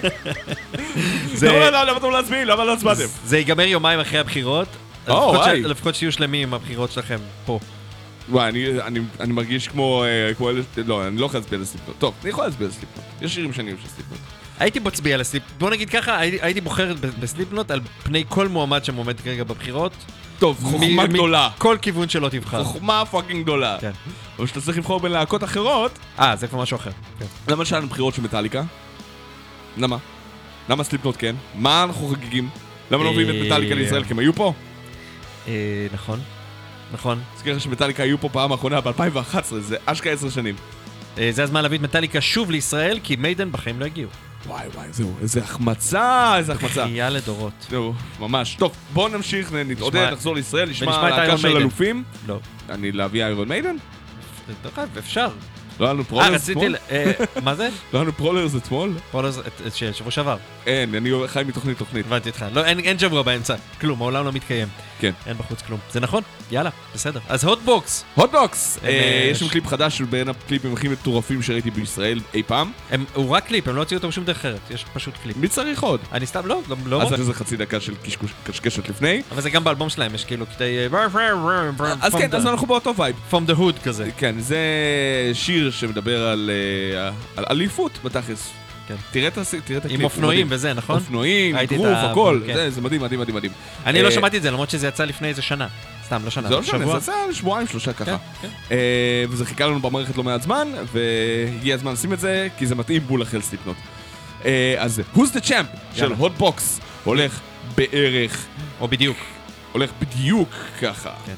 למה אתם לא להצביעים? למה לא הצבעתם? זה ייגמר יומיים אחרי הבחירות. וואי. לפחות שיהיו שלמים הבחירות שלכם פה. וואי, אני מרגיש כמו אלה... לא, אני לא יכול להצביע לסליפנוט. טוב, אני יכול להצביע לסליפנוט. יש שירים שאני אוהב של סליפנוט. הייתי מצביע לסליפנוט, בוא נגיד ככה, הייתי בוחר בסליפנוט על פני כל מועמד שמועמד כרגע בבחירות. טוב, חוכמה גדולה. כל כיוון שלא תבחר. חוכמה פאקינג גדולה. כן. אבל שאתה צריך לבחור בין להקות אחרות, זה כבר משהו אחר. כן. למה שאלנו בחירות של מטאליקה? למה? למה סליפנוט כן? מה אנחנו חגיגים? למה לא מביאים את מטאליקה לישראל? כי הם היו פה? נכון. תזכיר שמטאליקה היו פה פעם האחרונה ב-2011, זה אשכרה 10 שנים. זה הזמן להביא את מטאליקה שוב לישראל, כי מיידן בחיים לא הגיעו. וואי, זהו, איזה החמצה. בחייה לדורות. זהו, ממש. טוב, בואו נמשיך, נתעודד, נחזור לישראל, נשמע את להקה איירון של מיידן. אלופים. לא. אני להביא איירון מיידן? אפשר. לא היה לנו פרולרס אתמול? מה זה? לא היה לנו פרולרס אתמול? פרולרס, שבוע שעבר. אין, אני חי מתוכנית. הבנתי אותך. לא, אין שבוע באמצע. כלום, העולם לא מתקיים. כן. אין בחוץ כלום. זה נכון? יאללה, בסדר. אז הוטבוקס. הוטבוקס! יש שם קליפ חדש של בין הקליפים הכי מטורפים שראיתי בישראל אי פעם. הוא רק קליפ, הם לא הוציאו אותו בשום דרך אחרת. יש פשוט קליפ. מי צריך עוד? אני סתם, לא. אז זה חצי דקה של קשקשת לפני. אבל זה גם באלבום שלהם, יש כאילו קטעי... אז כן, אז אנחנו באותו וייב. From the Hood כזה. כן, זה שיר שמדבר על אליפות בתכלס. כן. תראה את הקליפ. עם אופנועים וזה, נכון? אופנועים, גרוף, הכל. זה מדהים. אני לא שמעתי את זה, למרות שזה יצא לפני איזה שנה. סתם, לא שנה. זה לא שנה, זה יצא שבועיים, 3 ככה. וזה חיכה לנו במערכת לא מעט זמן, והגיע הזמן לשים את זה, כי זה מתאים בול אחרי סליפנוט. אז Who's the Champ של הוטבוקס הולך בערך... או בדיוק. הולך בדיוק ככה. כן.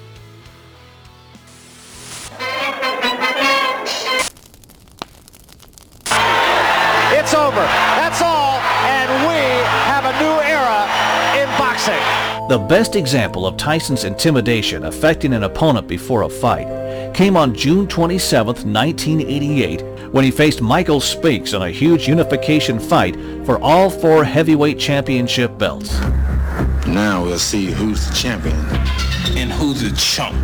It's over. That's all. And we have a new era in boxing. The best example of Tyson's intimidation affecting an opponent before a fight came on June 27, 1988, when he faced Michael Speaks in a huge unification fight for all 4 heavyweight championship belts. Now we'll see who's the champion and who's the chump.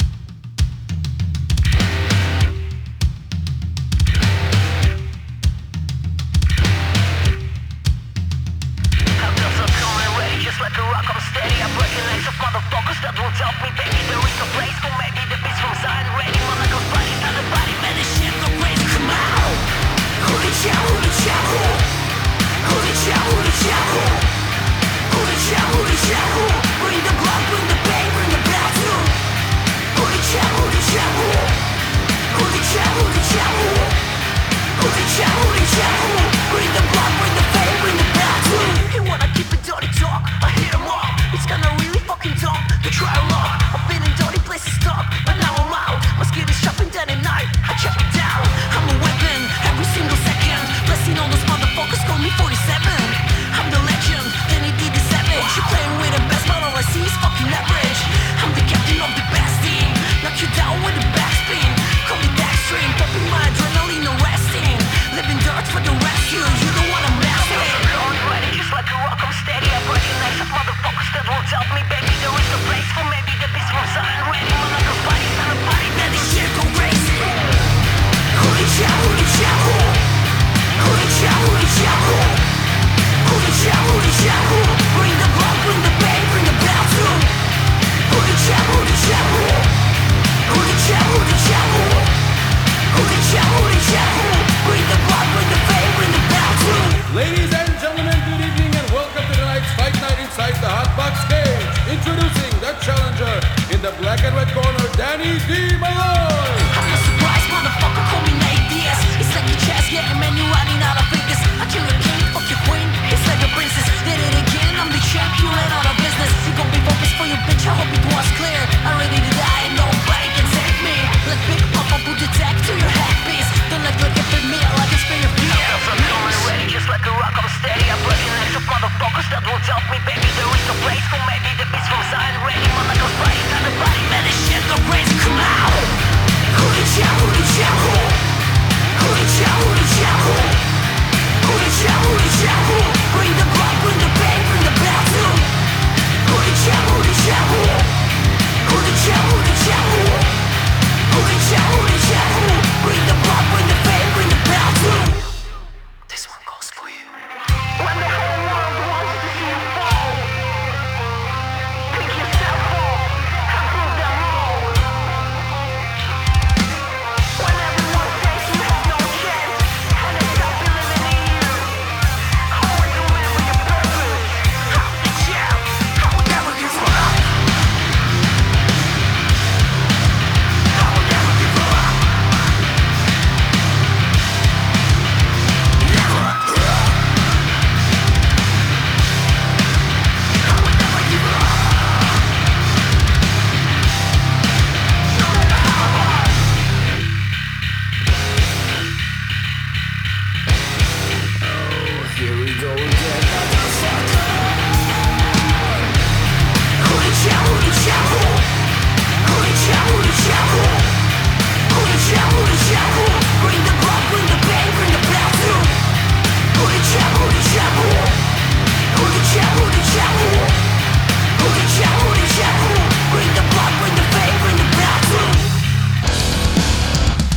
Ladies and gentlemen, good evening and welcome to tonight's Fight Night inside the Hot Box cage. Introducing the challenger in the black and red corner, Danny D. Malloy. I'm not surprised, motherfucker, call me Nate Diaz. It's like your chest getting man, you running out of fingers. I kill your king, fuck your queen, it's like a princess. Did it again, I'm the champ, you ran out of business. You gon' be focused for your bitch, I hope it was clear. I'm ready to die and nobody can take me. Let Big Papa put the tag to your head piece. Don't let like it me, I like it spin your feet. Ready, just like a rock, I'm steady. I'm breaking legs of motherfuckers that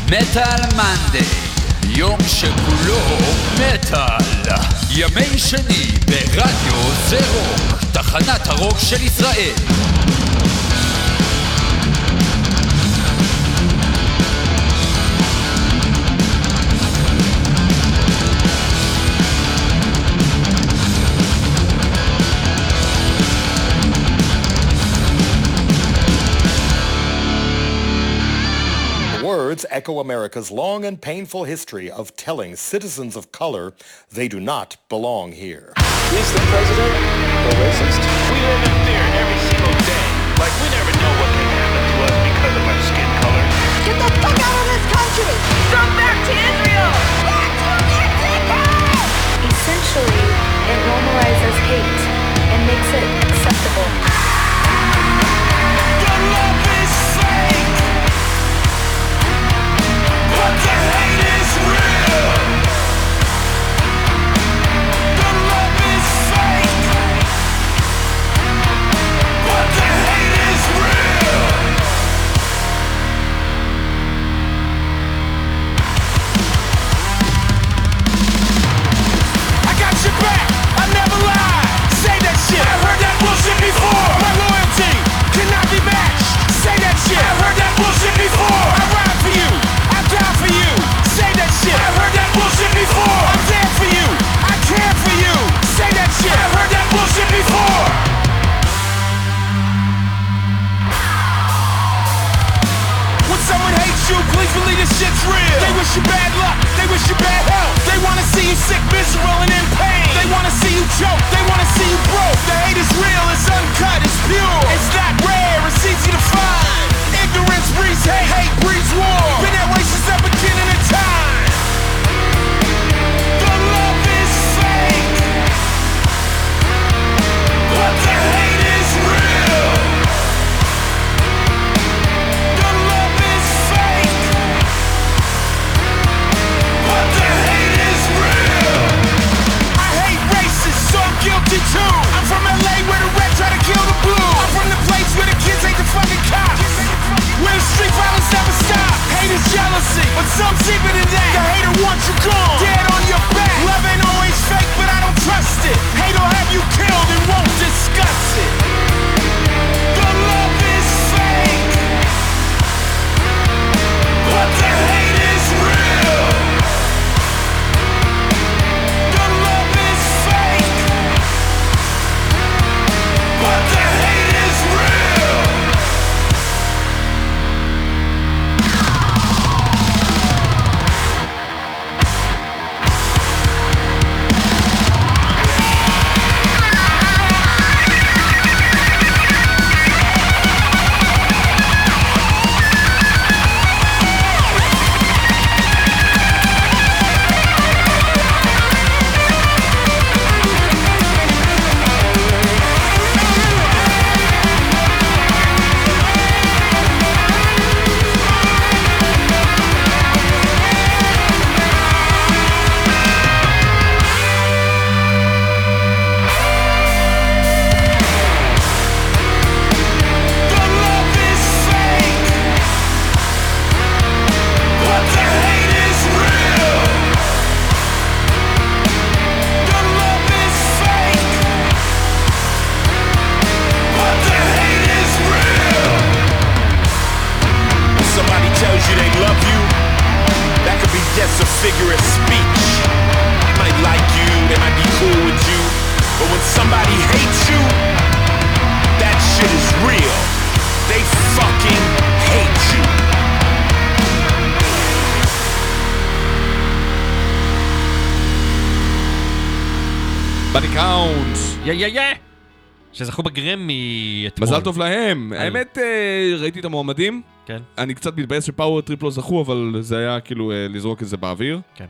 מטל מנדי, יום שכולו מטל. ימי שני ברדיו זה רוק, תחנת הרוק של ישראל. Words echo America's long and painful history of telling citizens of color they do not belong here. Is the president a racist? We live in fear every single day. Like we never know what can happen to us because of our skin color. Get the fuck out of this country! Come back to Israel! Back to Mexico! Essentially, it normalizes hate and makes it acceptable. The love is fake, but the hate is real. The love is fake, but the hate is real. I got your back, I never lie. Say that shit, I've heard that bullshit before. My loyalty cannot be matched. Say that shit, I've heard that bullshit before. I ride for you, I die for you. Say that shit, I've heard that bullshit before. I'm there for you, I care for you. Say that shit, I've heard that bullshit before. When someone hates you, please believe this shit's real. They wish you bad luck, they wish you bad health. They wanna see you sick, miserable, and in pain. They wanna see you choke, they wanna see you broke. The hate is real, it's uncut, it's pure. It's not rare, it's easy to find. Ignorance breeds hate, hate breeds war. Been that way since the beginning of time. The love is fake, but the hate is real. The love is fake, but the hate is real. I hate racists, so I'm guilty too. I'm from LA where the red try to kill the blue. I'm from the place where the kids hate the fucking cops, where the street violence never stops. Hate is jealousy, but some deeper than that. The hater wants you gone, dead on your back. Love ain't always fake, but I don't trust it. Hate will have you killed and won't discuss it. The love is fake, but the hate is real. The love is fake, but the hate is real. Figure of speech. Might like you, they might be cool with you, but when somebody hates you, that shit is real. They fucking hate you. בדי קאונט. שזכו בגרמי אתמול. מזל טוב להם. האמת, ראיתי את המועמדים. כן. אני קצת מתבאס שפאוור טריפ לא זכו, אבל זה היה כאילו לזרוק את זה באוויר. כן.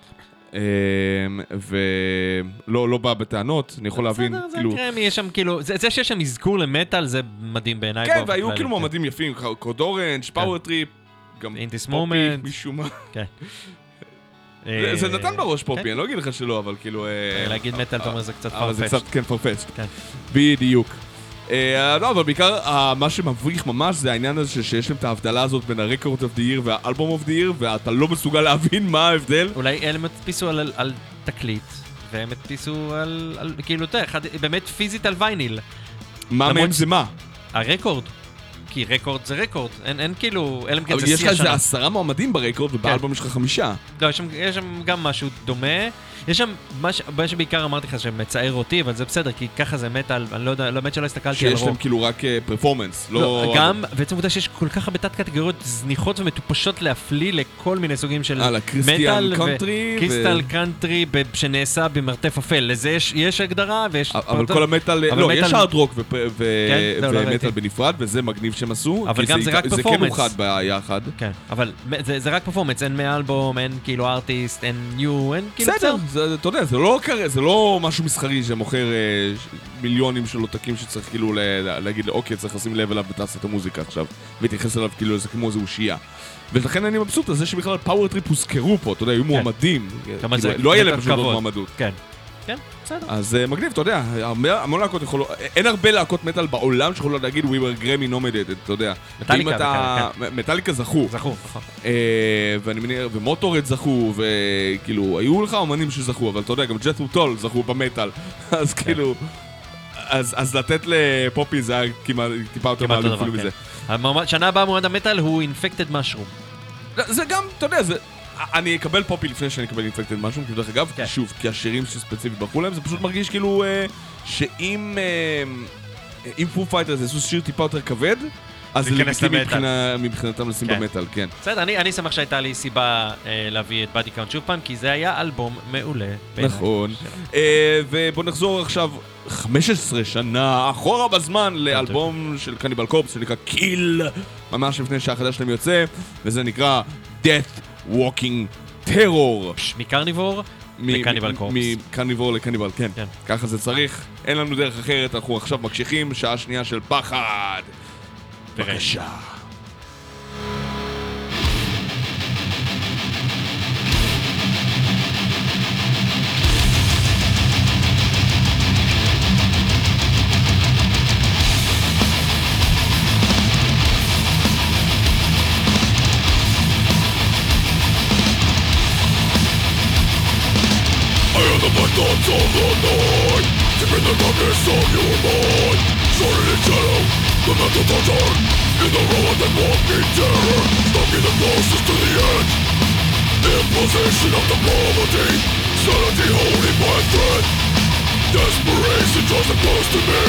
ולא בא בטענות, אני יכול להבין, כאילו... זה גרמי, יש שם כאילו... זה שיש שם אזכור למטל, זה מדהים בעיניי. כן, והיו כאילו מועמדים יפים, קוד אורנג', פאוור טריפ, גם אינטיס פופי, מומנט. משום מה. כן. זה נתן בראש פופי, אני לא אגיד לך שלא, אבל כאילו... להגיד מטל, אתה אומר, זה קצת אבל זה פרפשט. קצת כן פרפשט. כן. בדיוק. לא, אבל בעיקר מה שמבריך ממש זה העניין הזה שיש להם את ההבדלה הזאת בין הרקורד אוף די עיר והאלבום אוף די עיר, ואתה לא מסוגל להבין מה ההבדל. אולי הם הדפיסו על תקליט, והם הדפיסו על כאילו, באמת פיזית על וייניל. מה מהם זה מה? הרקורד. כי רקורד זה רקורד, אין כאילו, אלא אבל יש לך איזה 10 מועמדים ברקורד, ובאלבום יש לך 5. לא, יש שם גם משהו דומה. יש שם מה שבעיקר אמרתי לך שמצער אותי, אבל זה בסדר, כי ככה זה מטל, אני לא יודע, באמת שלא הסתכלתי על רוק. שיש להם כאילו רק פרפורמנס, לא... גם, בעצם עובדה שיש כל כך הרבה תת קטגוריות זניחות ומטופשות להפליא לכל מיני סוגים של מטל וקריסטל קאנטרי שנעשה במרתף אפל. לזה יש הגדרה ויש... אבל כל המטל, לא, יש הארד רוק ומטל בנפרד, וזה מגניב שהם עשו. אבל גם זה רק פרפורמנס. זה כן מוחד ביחד. כן, אבל זה רק פרפורמנס, אין מאלבום, אין כאילו ארטיסט, אין ניו, אין כאילו... אתה יודע, זה לא משהו מסחרי שמוכר מיליונים של עותקים שצריך כאילו להגיד, אוקיי, צריך לשים לב אליו ותעשה את המוזיקה עכשיו, ותייחס אליו כאילו זה כמו איזה אושייה. ולכן אני מבסוט על זה שבכלל פאוור טריפ הוזכרו פה, אתה יודע, היו מועמדים. לא היה להם פשוט עוד מועמדות. כן. כן, בסדר. אז מגניב, אתה יודע, המון להקות יכולות, אין הרבה להקות מטל בעולם שיכולות להגיד We were Grammy nominated, אתה יודע. מטליקה זכו. ואני מניח, ומוטורד זכו, וכאילו, היו לך אומנים שזכו, אבל אתה יודע, גם ג'ת'רו טול זכו במטל, אז כאילו, אז לתת לפופי זה היה כמעט טיפה יותר מעלו אפילו מזה. שנה הבאה מועד המטל הוא Infected Mushroom. זה גם, אתה יודע, זה... אני אקבל פופי לפני שאני אקבל אינפקטד משהו, כי דרך אגב, שוב, כי השירים שספציפית בחרו להם, זה פשוט מרגיש כאילו שאם פו פייטרס יעשו שיר טיפה יותר כבד, אז זה לגיטימי מבחינתם לשים במטל, כן. בסדר, אני שמח שהייתה לי סיבה להביא את באדי קאונט שוב פעם, כי זה היה אלבום מעולה. נכון. ובוא נחזור עכשיו 15 שנה אחורה בזמן לאלבום של קניבל קורפס, שנקרא קיל, ממש לפני שהחדש שלהם יוצא, וזה נקרא Death Walking Terror. מקרניבור לקניבל קורפס. מקרניבור לקניבל, כן. ככה זה צריך. אין לנו דרך אחרת, אנחנו עכשיו מקשיחים שעה שנייה של פחד. בבקשה. Thoughts of the night, deep in the darkness of your mind, shrouded in shadow, the mental torture, in the road that walking terror, stalking the closest to the edge, in possession of the poverty, sanity holding my thread, desperation draws them close to me.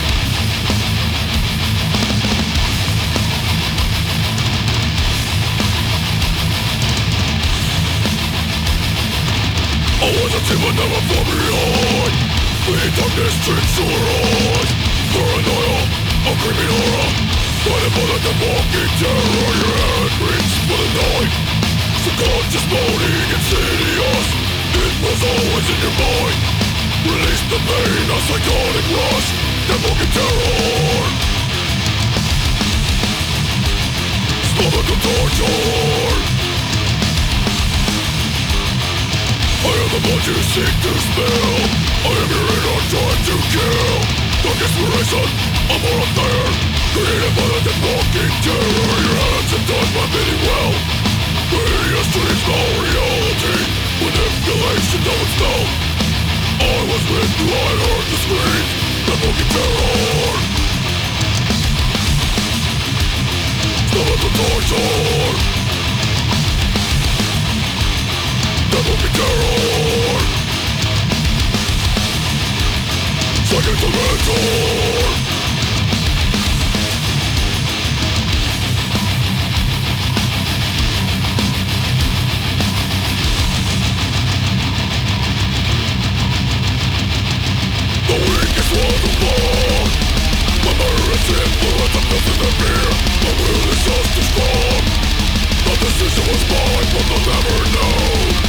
I was a team but never far behind. The darkness drinks your eyes. Paranoia, a creeping aura, blinded by the walking terror. Your head reaches for the night. Subconscious moaning, insidious. It was always in your mind. Release the pain, a psychotic rush. The walking terror. Stomach of torture. I am the one you seek to spell. I am your inner trying to kill. Dark inspiration, I'm all up there. Created by the dead walking terror. Your hands have done my bidding well. The hideous dreams, no reality. Manipulation, no it's no. I was with you, I heard the screams. The walking terror. Stomach of torture. The walking terror. Second dimension. The weakest one of all. My murderous influence of nothing to fear. My will is just as strong. The decision was mine, but they'll never know.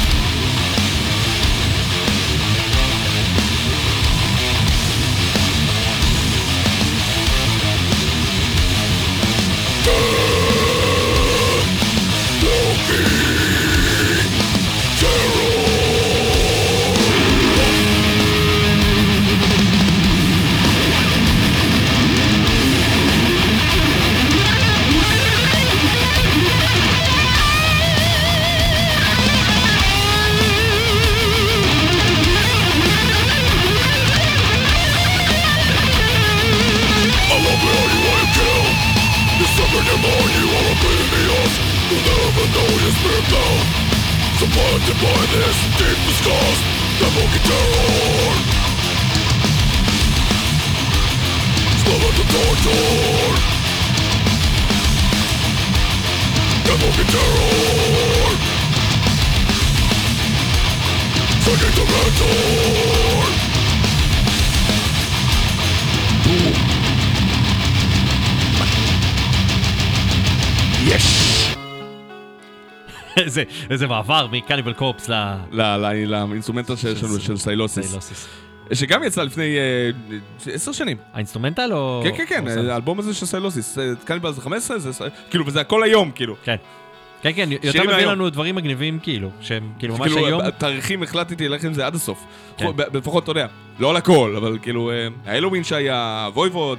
איזה מעבר מקניבל קורפס לאינסטרומנטל של סיילוסיס. שגם יצא לפני 10 שנים. האינסטרומנטל או... כן, האלבום הזה של סיילוסיס. קניבל זה 15, כאילו, וזה הכל היום, כאילו. כן, יותר מביא לנו דברים מגניבים, כאילו, שהם כאילו ממש היום. תאריכים החלטתי ללכת עם זה עד הסוף. לפחות, אתה יודע, לא על הכל, אבל כאילו, ההלווין שהיה, וויבוד,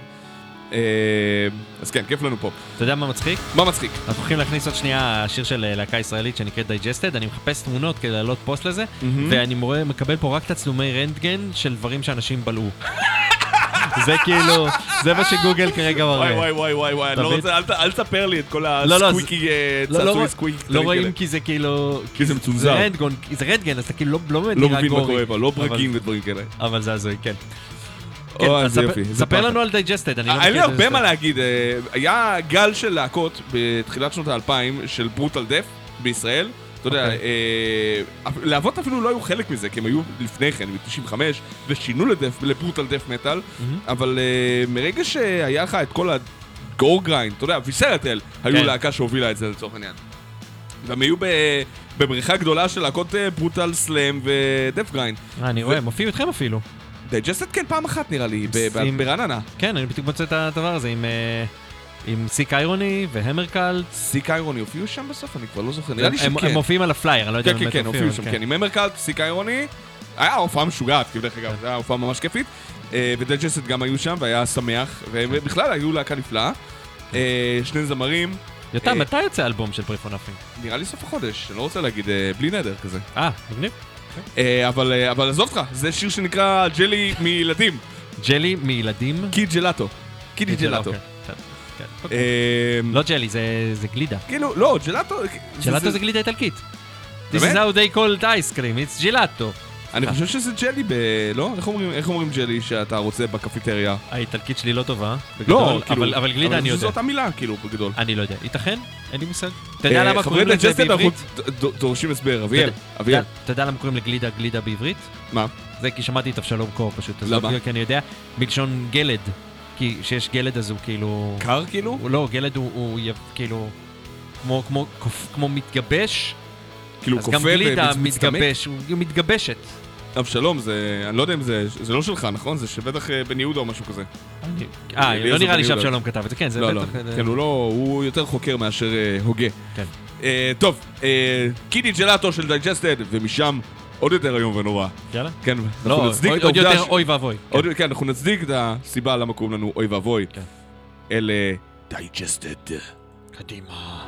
אז כן, כיף לנו פה. אתה יודע מה מצחיק? מה מצחיק? אנחנו הולכים להכניס עוד שנייה שיר של להקה ישראלית שנקראת דייג'סטד, אני מחפש תמונות כדי לעלות פוסט לזה, ואני מקבל פה רק תצלומי רנטגן של דברים שאנשים בלעו. זה כאילו, זה מה שגוגל כרגע מראה. וואי, אני לא רוצה, אל תספר לי את כל הסקוויקי, צעצועי סקוויק. לא רואים כי זה כאילו... כי זה מצונזר. זה רנטגן, אז אתה כאילו לא באמת לא נראה מבין מה גורי. קורה פה, לא ברקים ודברים כאלה. אבל זה הזוי, כן. ספר לנו על דייג'סטד, אני לא מכיר אין את לי זה. הרבה מה להגיד, היה גל של להקות בתחילת שנות ה-2000 של ברוטל דף בישראל, אתה יודע, להקות אפילו לא היו חלק מזה, כי הם היו לפני כן, ב-95, ושינו לברוטל דף מטל, אבל מרגע שהיה לך את כל הגור גריינד, אתה יודע, ויסרטל היו להקה שהובילה את זה לצורך העניין. והם היו בבריכה גדולה של להקות ברוטל סלאם ודף גריינד. אני רואה, מופיעים אתכם אפילו. דייג'סטד כן, פעם אחת נראה לי, ברעננה. כן, אני בדיוק מוצא את הדבר הזה עם סיק איירוני והמרקלט. סיק איירוני הופיעו שם בסוף? אני כבר לא זוכר, נראה לי שכן. הם מופיעים על הפלייר, אני לא יודע אם כן, הופיעו שם, כן, עם המרקלט, סיק איירוני. היה הופעה משוגעת, כאילו דרך אגב, זה היה הופעה ממש כיפית. ודייג'סטד גם היו שם, והיה שמח, ובכלל היו להקה נפלאה. שני זמרים. יותם, מתי יוצא אלבום של פריפונאפים? נראה לי סוף החודש, אני לא רוצה להגיד בלי נדר כזה. מגניב. אבל עזוב אותך, זה שיר שנקרא ג'לי מילדים. ג'לי מילדים? קיד ג'לאטו. קידי ג'לאטו. לא ג'לי, זה גלידה. כאילו, לא, ג'לאטו... ג'לאטו זה גלידה איטלקית. This is how they call ice cream, it's ג'לאטו. אני חושב שזה ג'לי לא? איך אומרים ג'לי שאתה רוצה בקפיטריה? האיטלקית שלי לא טובה. לא, אבל גלידה אני יודע. זאת המילה, כאילו, בגדול. אני לא יודע. ייתכן? אין לי מושג. אתה יודע למה קוראים לזה בעברית? אנחנו דורשים הסבר, אביאל. אתה יודע למה קוראים לגלידה בעברית? מה? זה כי שמעתי את אבשלום קור פשוט. למה? כי אני יודע, מלשון גלד. כי שיש גלד אז הוא כאילו... קר כאילו? לא, גלד הוא כאילו... כמו מתגבש. כאילו אז גם גלידה מתגבש, היא מתגבשת. אבשלום, אני לא יודע אם זה לא שלך, נכון? זה שבטח בן יהודה או משהו כזה. לא נראה לי שאבשלום כתב את זה, כן, זה בטח... כן, הוא יותר חוקר מאשר הוגה. טוב, קידי ג'לאטו של דייג'סטד, ומשם עוד יותר היום ונורא. יאללה. כן, אנחנו נצדיק את העובדה... עוד יותר אוי ואבוי. כן, אנחנו נצדיק את הסיבה למה קוראים לנו אוי ואבוי. אלה דייג'סטד. קדימה.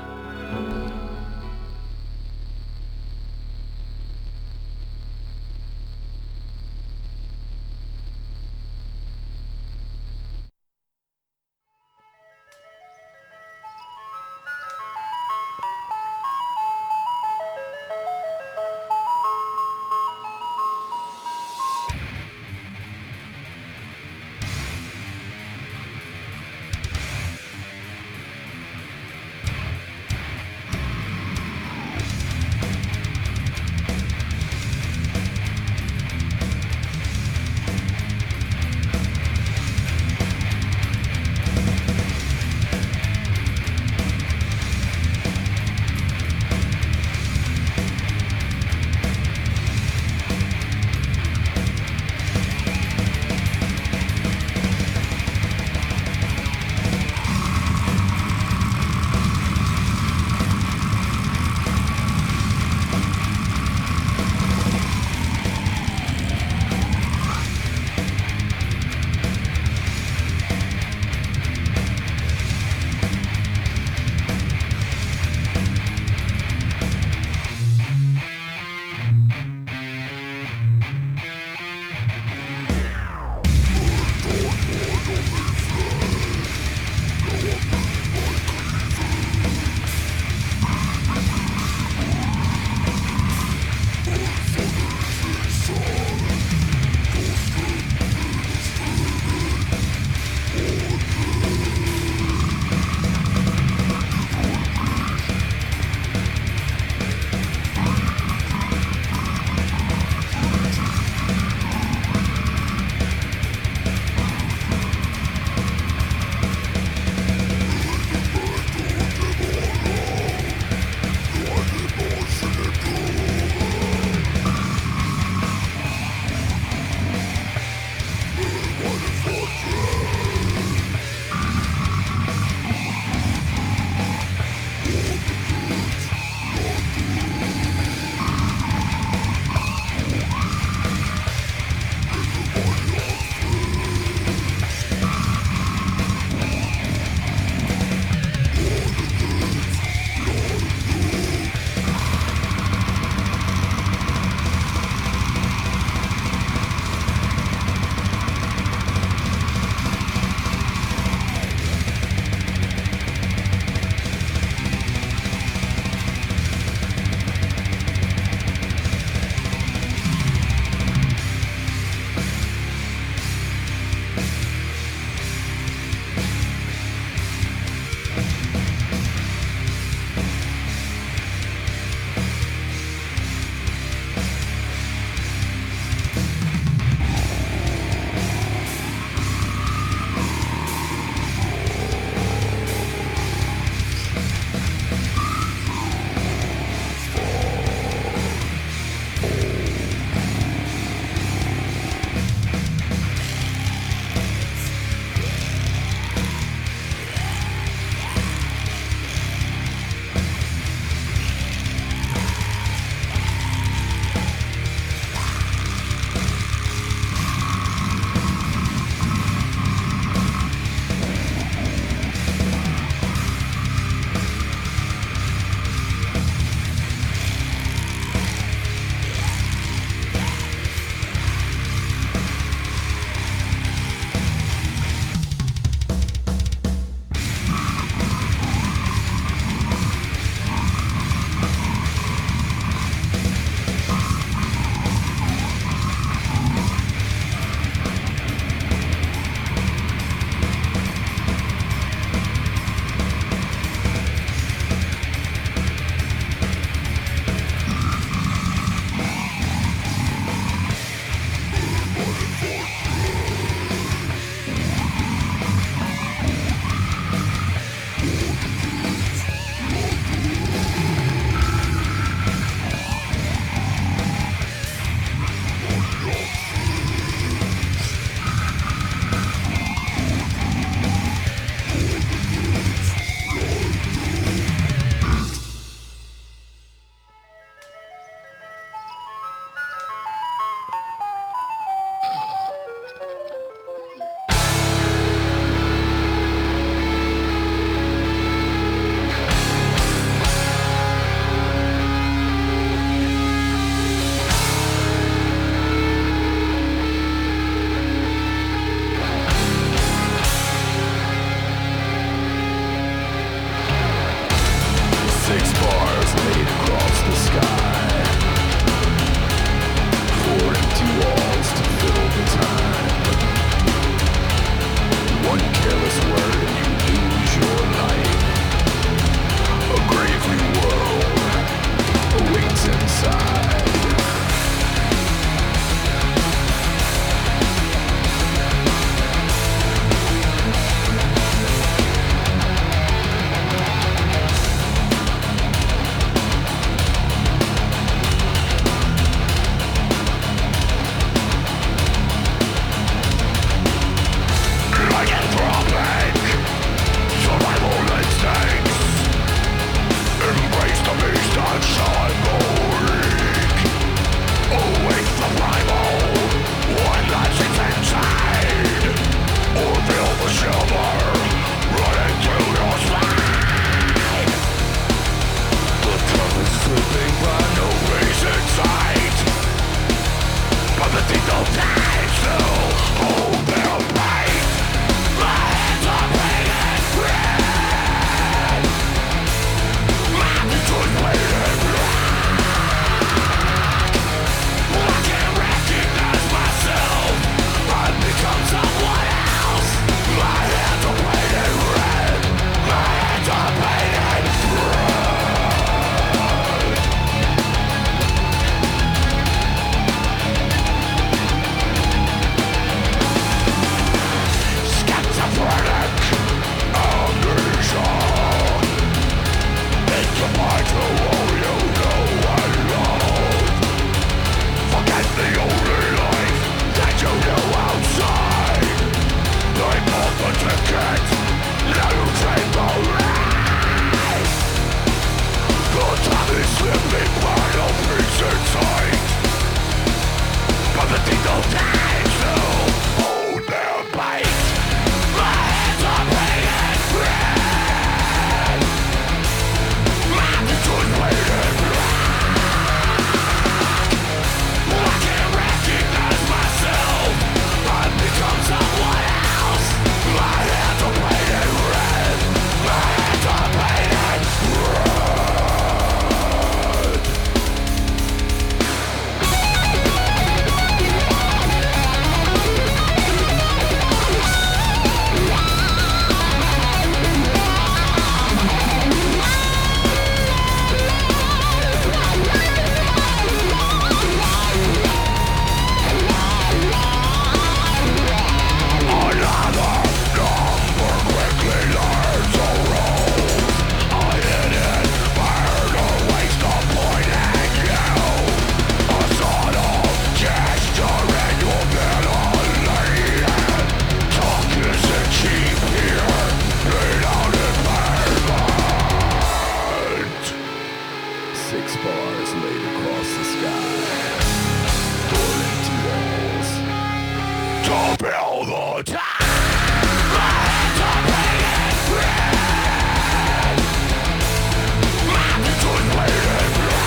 spars laid across the sky. Pour empty walls to build the time. My hands are painted red. My picture's painted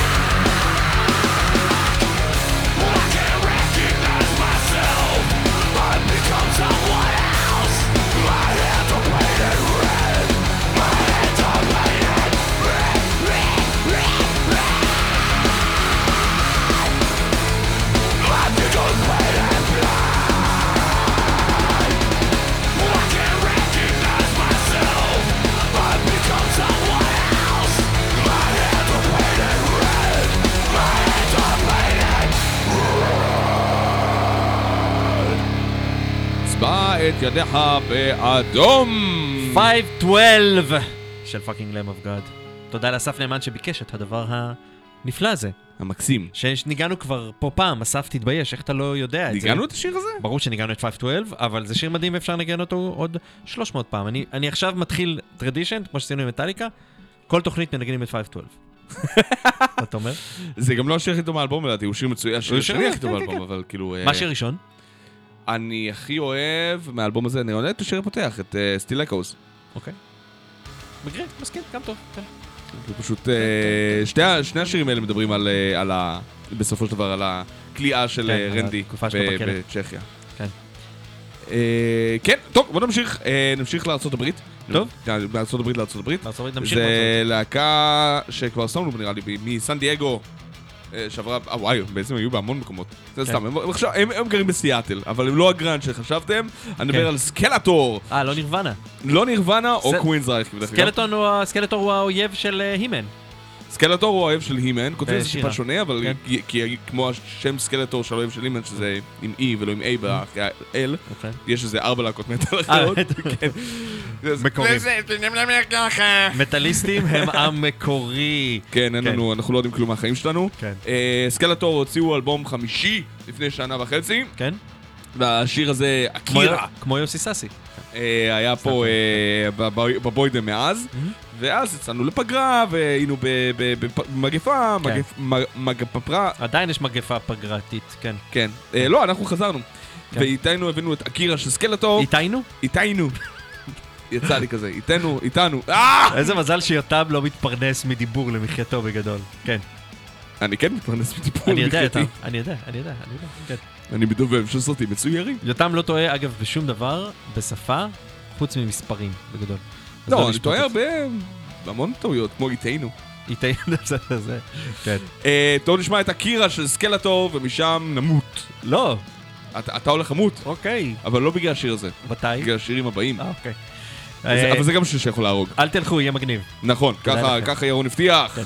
black. I can't recognize myself. I've become someone else. My hands are painted red. My hands are painted red, red, red, red. My picture's painted black. I can't recognize myself. I've become someone else. My hands are painted red. My hands are painted צבע את ידיך באדום. 512 של פאקינג להם אוף גאד. תודה לאסף נאמן שביקש את הדבר הנפלא הזה. המקסים. שניגענו כבר פה פעם, אסף תתבייש, איך אתה לא יודע את זה? ניגענו את השיר הזה? ברור שניגענו את 512, אבל זה שיר מדהים ואפשר לנגן אותו עוד 300 פעם. אני עכשיו מתחיל טרדישן, כמו שעשינו עם מטאליקה, כל תוכנית מנגנים את 512. אתה אומר? זה גם לא השיר הכי טוב מהאלבום, לדעתי, הוא שיר מצוין, השיר השני הכי טוב מהאלבום, אבל כאילו... מה השיר ראשון? אני הכי אוהב מהאלבום הזה, אני אוהב את השיר הפותח, את Still Echoes. אוקיי. מגרית, מסכים, גם טוב. זה פשוט... שני השירים האלה מדברים על בסופו של דבר, על הכלייה של רנדי בצ'כיה. כן. כן, טוב, בוא נמשיך לארצות הברית. טוב. לארצות הברית, לארצות הברית. נמשיך. זה להקה שכבר שמנו נראה לי, מסן דייגו. שעברה, וואי, בעצם היו בהמון מקומות. זה סתם, הם גרים בסיאטל, אבל הם לא הגרנד שחשבתם. אני מדבר על סקלטור. לא נירוונה. לא נירוונה או קווינזרייך. סקלטור הוא האויב של הימן. סקלטור הוא האויב של הימן, כותבים זה טיפה שונה, אבל כמו השם סקלטור של האויב של הימן, שזה עם E ולא עם A באחרי ה-L, יש איזה 4 להקות מטל אחרות. מקורים. מטליסטים הם המקורי. כן, אנחנו לא יודעים כלום מהחיים שלנו. סקלטור הוציאו אלבום חמישי לפני שנה וחצי. כן. והשיר הזה, אקירה. כמו יוסי סאסי. היה פה בבוידם מאז. ואז יצאנו לפגרה, והיינו במגפה, מגפפרה. עדיין יש מגפה פגרתית, כן. כן. לא, אנחנו חזרנו. ואיתנו הבאנו את אקירה של סקלטור. איתנו? איתנו. יצא לי כזה, איתנו. איזה מזל שיותם לא מתפרנס מדיבור למחייתו בגדול. כן. אני כן מתפרנס מדיבור למחייתי. אני יודע. כן. אני מדובב של סרטים מצוירים. יותם לא טועה, אגב, בשום דבר, בשפה, חוץ ממספרים בגדול. לא, אני טועה בהמון טעויות, כמו איתנו. זה, כן. טוב, נשמע את אקירה של סקלטור, ומשם נמות. לא. אתה הולך למות. אוקיי. אבל לא בגלל השיר הזה. מתי? בגלל השירים הבאים. אוקיי. אבל זה גם שיר שיכול להרוג. אל תלכו, יהיה מגניב. נכון, ככה ירון הבטיח.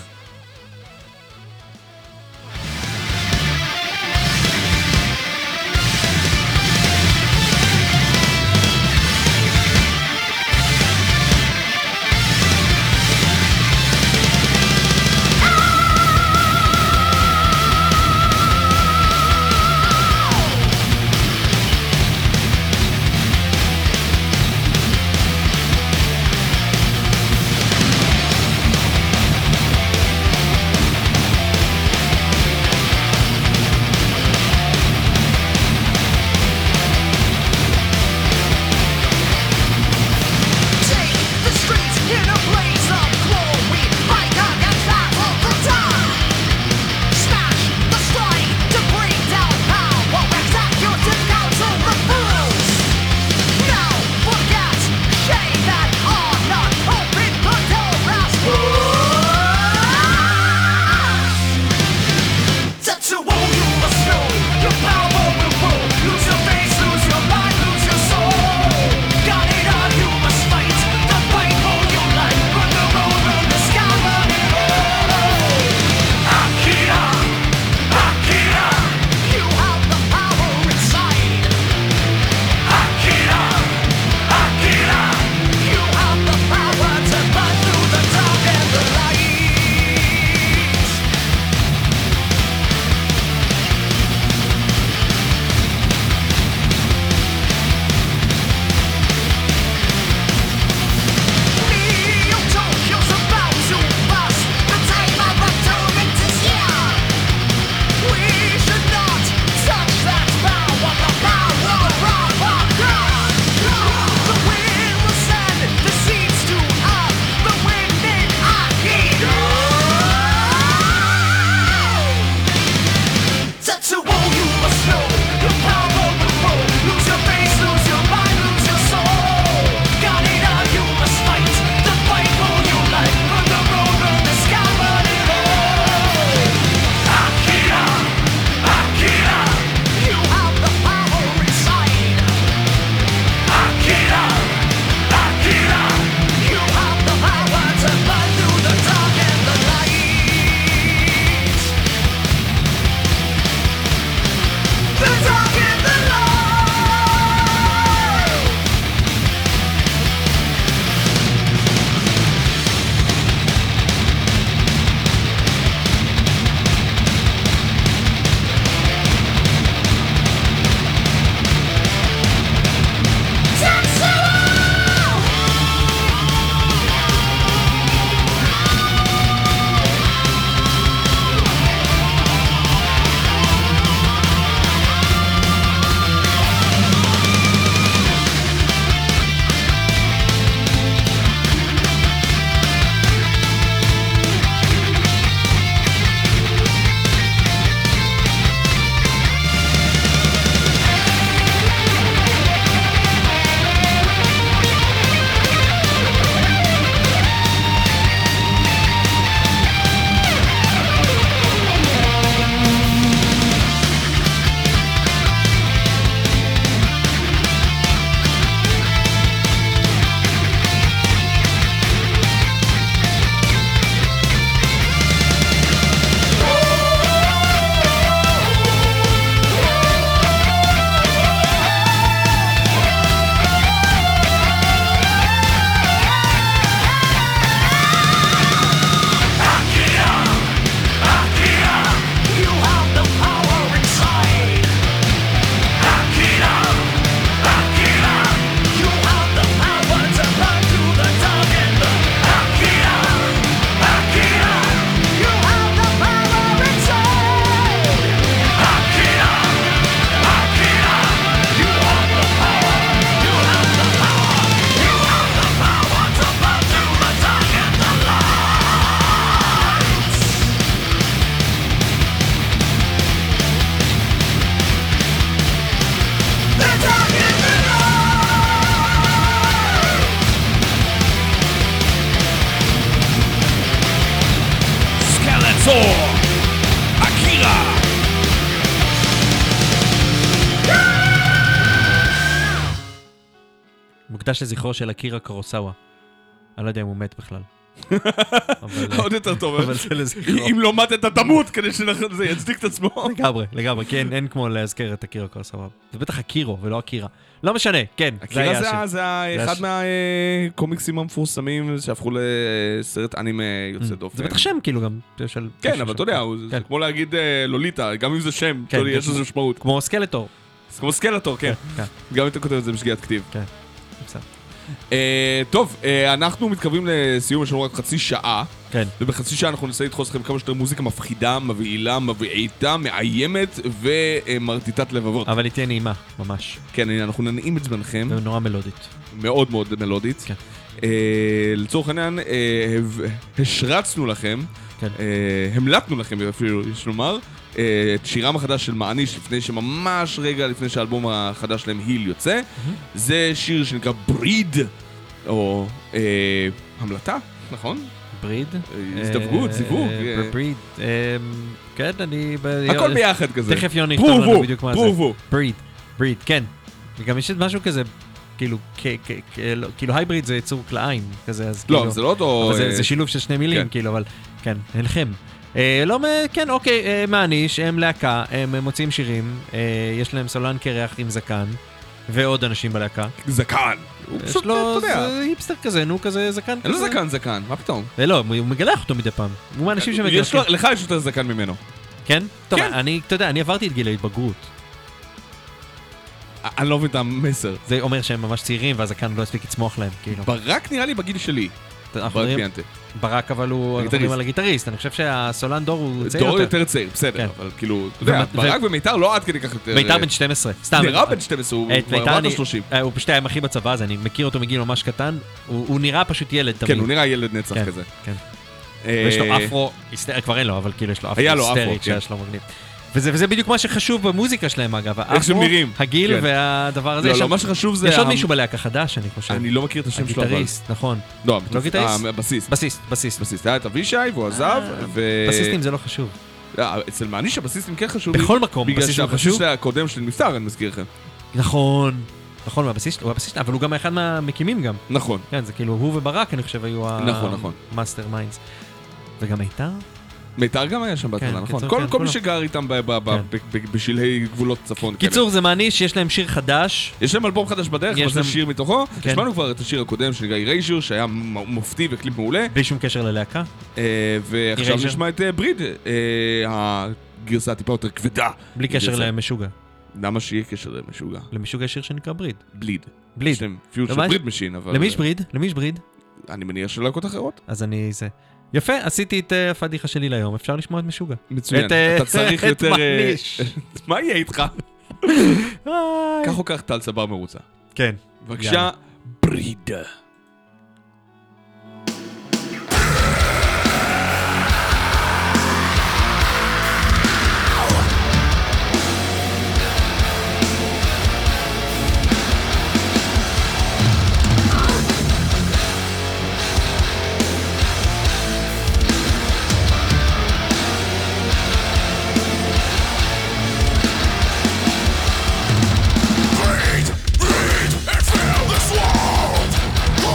העשור, אקירה. מוקדש לזכרו של אקירה קורוסאווה. אני לא יודע אם הוא מת בכלל. עוד יותר טוב. אבל זה לזכרו. אם לא מת אתה תמות כדי שזה יצדיק את עצמו. לגמרי, כן, אין כמו להזכר את אקירה קורוסאווה. זה בטח אקירו ולא אקירה. לא משנה, כן. אקירה זה אחד מהקומיקסים המפורסמים שהפכו לסרט אנימה יוצא דופן. זה בטח שם כאילו גם. כן, אבל אתה יודע, זה כמו להגיד לוליטה, גם אם זה שם, יש לזה משמעות. כמו סקלטור. כמו סקלטור, כן. גם אם אתה כותב את זה בשגיאת כתיב. כן, בסדר. טוב, אנחנו מתקרבים לסיום, יש לנו רק חצי שעה. כן. ובחצי שעה אנחנו ננסה לדחוס לכם כמה שיותר מוזיקה מפחידה, מבעילה, מבעיטה, מאיימת ומרטיטת לבבות. אבל היא תהיה נעימה, ממש. כן, אנחנו ננעים את זמנכם. זה נורא מלודית. מאוד מאוד מלודית. כן. לצורך העניין, השרצנו לכם, המלטנו לכם אפילו, יש לומר, את שירם החדש של מעניש לפני שממש רגע לפני שהאלבום החדש שלהם היל יוצא. זה שיר שנקרא בריד, או המלטה, נכון? בריד? הזדווגות, זיווג. בריד, כן, אני... הכל ביחד כזה. תכף יוני יכתוב לנו בדיוק מה זה. פרובו. בריד, כן. וגם יש משהו כזה, כאילו הייבריד זה יצור כלאיים, כזה, אז כאילו... לא, זה לא אותו... אבל זה שילוב של שני מילים, כאילו, אבל כן, הלחם. לא, כן, אוקיי, מעניש, הם להקה, הם מוצאים שירים, יש להם סולן קרח עם זקן, ועוד אנשים בלהקה. זקן! יש לו, זה היפסטר כזה, נו, כזה זקן כזה. אין לו זקן, מה פתאום? לא, הוא מגלח אותו מדי פעם. הוא מאנשים שמגלחים. לך יש יותר זקן ממנו. כן? טוב, אתה יודע, אני עברתי את גיל ההתבגרות. אני לא מבין את המסר. זה אומר שהם ממש צעירים, והזקן לא הספיק לצמוח להם, כאילו. ברק נראה לי בגיל שלי. ברק פיאנטה. ברק, אבל הוא מדברים על הגיטריסט. אני חושב שהסולן דור הוא צעיר יותר. דור יותר צעיר, בסדר, אבל כאילו, אתה יודע, ברק ומיתר לא עד כדי כך יותר... מיתר בן 12, סתם. נראה בן 12, הוא כבר עבד ל-30. הוא פשוט היה הכי בצבא, אז אני מכיר אותו מגיל ממש קטן. הוא נראה פשוט ילד תמיד. כן, הוא נראה ילד נצח כזה. כן. ויש לו אפרו, כבר אין לו, אבל כאילו יש לו אפרו היסטרית שיש לו מגניב. וזה בדיוק מה שחשוב במוזיקה שלהם, אגב. איך שהם נראים. הגיל והדבר הזה. לא, מה שחשוב זה... יש עוד מישהו בלהקה חדש, אני חושב. אני לא מכיר את השם שלו, אבל... הגיטריסט, נכון. לא, בסיסט. בסיסט. היה את אבישי, והוא עזב, בסיסטים זה לא חשוב. אצל מעניש הבסיסטים כן חשוב. בכל מקום, בגלל שהבסיסט הקודם שלי נפטר, אני מזכיר לכם. נכון, הוא הבסיסט, אבל הוא גם אחד מהמקימים גם. נכון. כן, זה כאילו, הוא וברק, אני חושב, היו המאסטר מיינדס. וגם מיתר? מיתר גם היה שם בהתחלה, נכון? כל מי שגר איתם בשלהי גבולות צפון. קיצור, זה מעניש, יש להם שיר חדש. יש להם אלבום חדש בדרך, אבל זה שיר מתוכו. שמענו כבר את השיר הקודם שנקרא אירייז'ר, שהיה מופתי וקליפ מעולה. בלי שום קשר ללהקה. ועכשיו נשמע את בריד, הגרסה טיפה יותר כבדה. בלי קשר למשוגע. למה שיהיה קשר למשוגע? למשוגע יש שיר שנקרא בריד. בליד. בליד. יש להם פיוט של בריד משין, אבל... למי יש בריד? למי יש בריד? אני מניח של להקות אחרות. אז אני זה. יפה, עשיתי את הפדיחה שלי להיום, אפשר לשמוע את משוגע. מצוין, אתה צריך יותר... מה יהיה איתך? כך או כך טל סבר מרוצה. כן. בבקשה, בריד. Breathe and fill this world.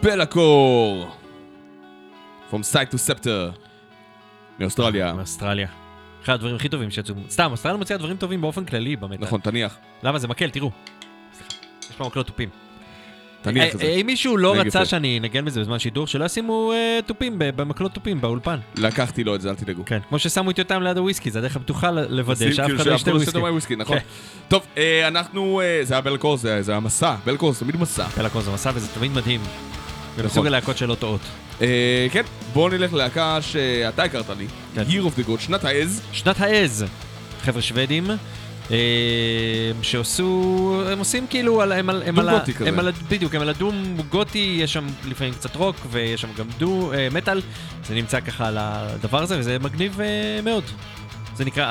בלקור. From Side to Scepter. מאוסטרליה. מאוסטרליה. אחד הדברים הכי טובים שיצאו. סתם, אוסטרליה מוציאה דברים טובים באופן כללי במטל. נכון, תניח. למה? זה מקל, תראו. יש פה מקלות תופים. תניח את זה. אם מישהו לא נגד רצה פה. שאני אנגן בזה בזמן שידור, שלא ישימו תופים במקלות תופים באולפן. לקחתי לו את זה, אל תדאגו. כן, כמו ששמו את יותם ליד הוויסקי, זה הדרך הבטוחה לוודא שאף כאילו אחד לא ישתה שאף וויסקי. וויסקי, נכון. כן. טוב, אנחנו, זה היה בלקור, זה המסע. בלקור זה תמיד מסע. בלקור זה מסע וזה תמיד מדהים. ומסוג הלהקות שלא טועות. כן, בואו נלך ללהקה שאתה הכרת לי. כן. Year of the God, שנת העז. שנת העז. חבר'ה שוודים. שעשו, הם עושים כאילו, דום גותי כזה. בדיוק, הם על הדום גותי, יש שם לפעמים קצת רוק ויש שם גם מטל, זה נמצא ככה על הדבר הזה וזה מגניב מאוד. זה נקרא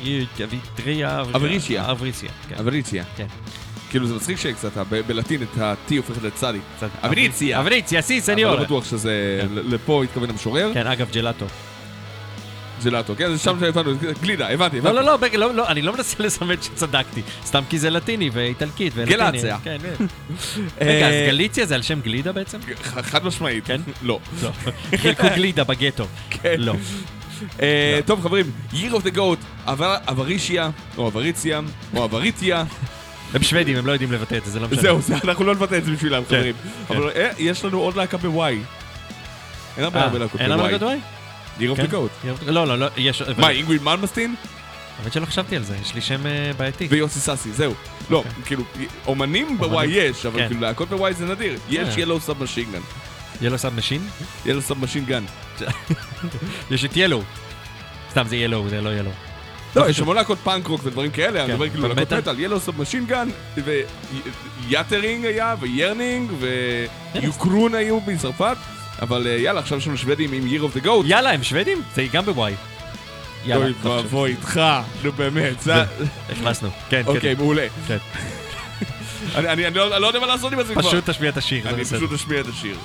אבריציה. כן. כאילו זה מצחיק שקצת, בלטין את ה-T הופכת לצדי. אבריציה. אבריציה, סי, סניור. אבל לא בטוח שזה, לפה התכוון המשורר. כן, אגב, ג'לאטו. ג'לאטו, כן, זה שם שהבנו, גלידה, הבנתי. לא, אני לא מנסה לסמן שצדקתי, סתם כי זה לטיני ואיטלקית ולטיני. גלציה. כן, רגע, אז גליציה זה על שם גלידה בעצם? חד משמעית. כן? לא. חילקו גלידה בגטו. כן. לא. טוב חברים, Year of the Goat, אברישיה, או אבריציה, או אבריטיה. הם שוודים, הם לא יודעים לבטא את זה, זה לא משנה. זהו, אנחנו לא נבטא את זה בשבילם, חברים. אבל יש לנו עוד להקה בוואי. אין הרבה להקות אין הרבה בוואי. בוואי? Year of the Goat. לא, יש... מה, אינגוויד מלמסטין? האמת שלא חשבתי על זה, יש לי שם בעייתי. ויוסי סאסי, זהו. לא, כאילו, אומנים בוואי יש, אבל כאילו להקות בוואי זה נדיר. יש Yellow Submachine Gun. ילו סאב משין? Yellow Submachine Gun. יש את ילו. סתם זה ילו, זה לא ילו. לא, יש המון להקות פאנק רוק ודברים כאלה, אני אומר כאילו להקות במטל? מטל, Yellow Submachine Gun, ויאטרינג היה, וירנינג, ויוקרון היו בצרפת, אבל יאללה, עכשיו יש לנו שוודים עם Year of the Goat. יאללה, הם שוודים? זה גם בוואי. יאללה. אוי ואבוי איתך, נו באמת, זה... הכנסנו, כן. אוקיי, מעולה. כן. אני לא יודע מה לעשות עם זה כבר. פשוט תשמיע את השיר, זה אני בסדר. פשוט אשמיע את השיר.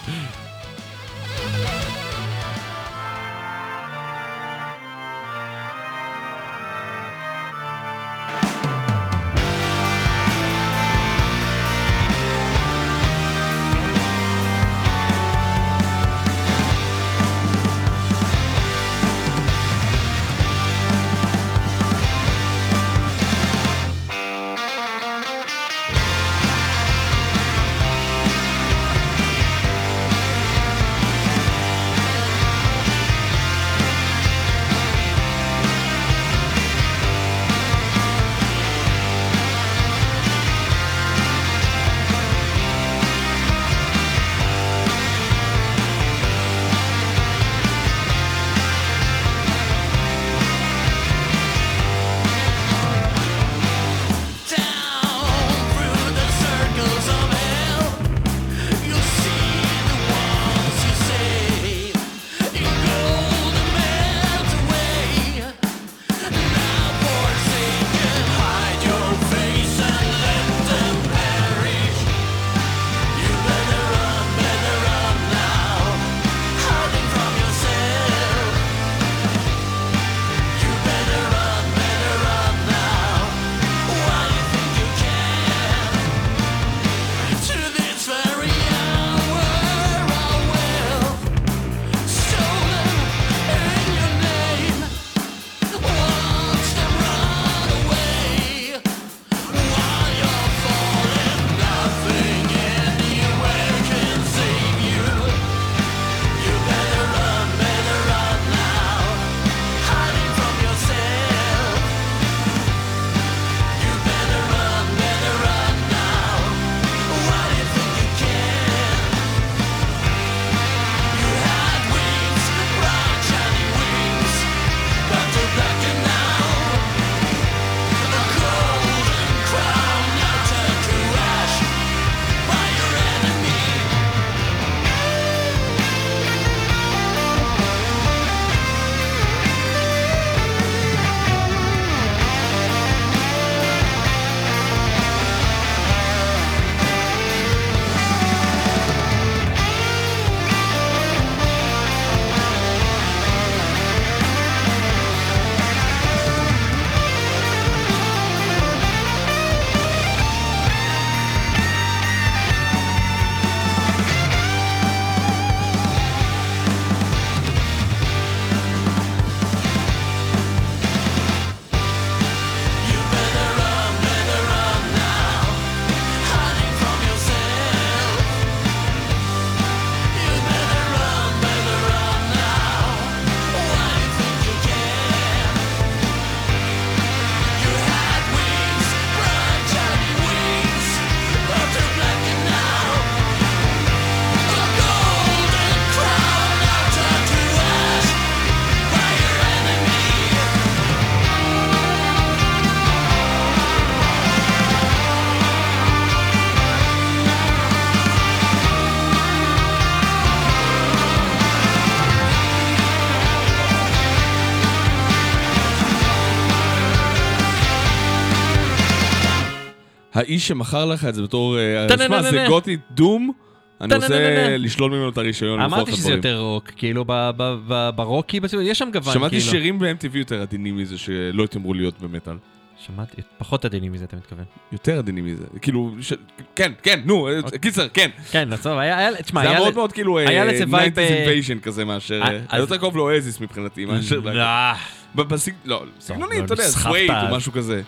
האיש שמכר לך את זה בתור... תשמע, זה גותי דום, אני רוצה לשלול ממנו את הרישיון. אמרתי שזה יותר רוק, כאילו ברוקי, יש שם גוון. שמעתי שירים ב-MTV יותר עדינים מזה שלא התאמרו להיות במטל. שמעתי, פחות עדינים מזה, אתה מתכוון. יותר עדינים מזה, כאילו, כן, נו, קיצר, כן. כן, לצוב, תשמע, זה היה מאוד מאוד כאילו, היה לזה וייב... 90's invasion כזה מאשר, יותר קרוב לאואזיס מבחינתי, מאשר... לא, סגנוני, אתה יודע, סווייט או משהו כזה.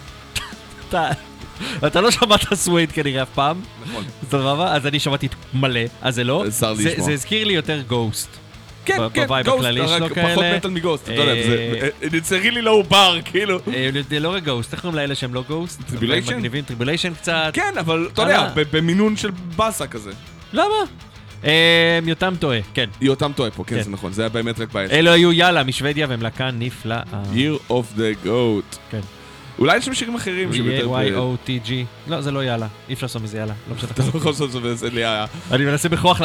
אתה לא שמעת סווייט כנראה אף פעם. נכון. סבבה? אז אני שמעתי מלא, אז זה לא. צר לי לשמוע. זה הזכיר לי יותר גוסט. כן, בווייב הכללי שלו כאלה. פחות מטל מגוסט, אתה יודע, זה נצרי לי לעובר, כאילו. לא רק גוסט, איך קוראים לאלה שהם לא גוסט? טריבוליישן? מגניבים, טריבוליישן קצת. כן, אבל אתה יודע, במינון של בסה כזה. למה? יותם טועה, כן. יותם טועה פה, כן, זה נכון, זה היה באמת רק בעיה. אלו היו יאללה משוודיה והם להקה נפלאה. Year of the Goat. כן. אולי יש שם שירים אחרים שיותר... Y-O-T-G. לא, זה לא יאללה. אי אפשר לעשות מזה יאללה. אתה לא יכול לעשות זה לי היה... אני מנסה בכוח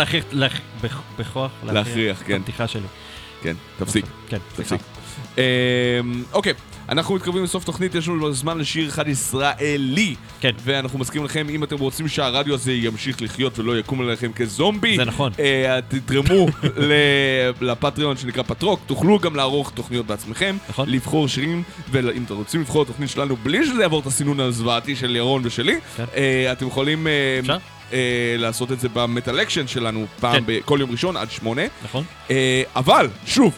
להכריח, כן. בפתיחה שלי. כן, תפסיק. כן, תפסיק. אוקיי, אנחנו מתקרבים לסוף תוכנית, יש לנו זמן לשיר אחד ישראלי. כן. ואנחנו מזכירים לכם, אם אתם רוצים שהרדיו הזה ימשיך לחיות ולא יקום עליכם כזומבי, זה נכון. תתרמו לפטריון שנקרא פטרוק, תוכלו גם לערוך תוכניות בעצמכם, נכון. לבחור שירים, ואם אתם רוצים לבחור תוכנית שלנו בלי שזה יעבור את הסינון הזוועתי של ירון ושלי, כן. אתם יכולים... לעשות את זה במטל אקשן שלנו פעם בכל יום ראשון עד 8. נכון. אבל, שוב,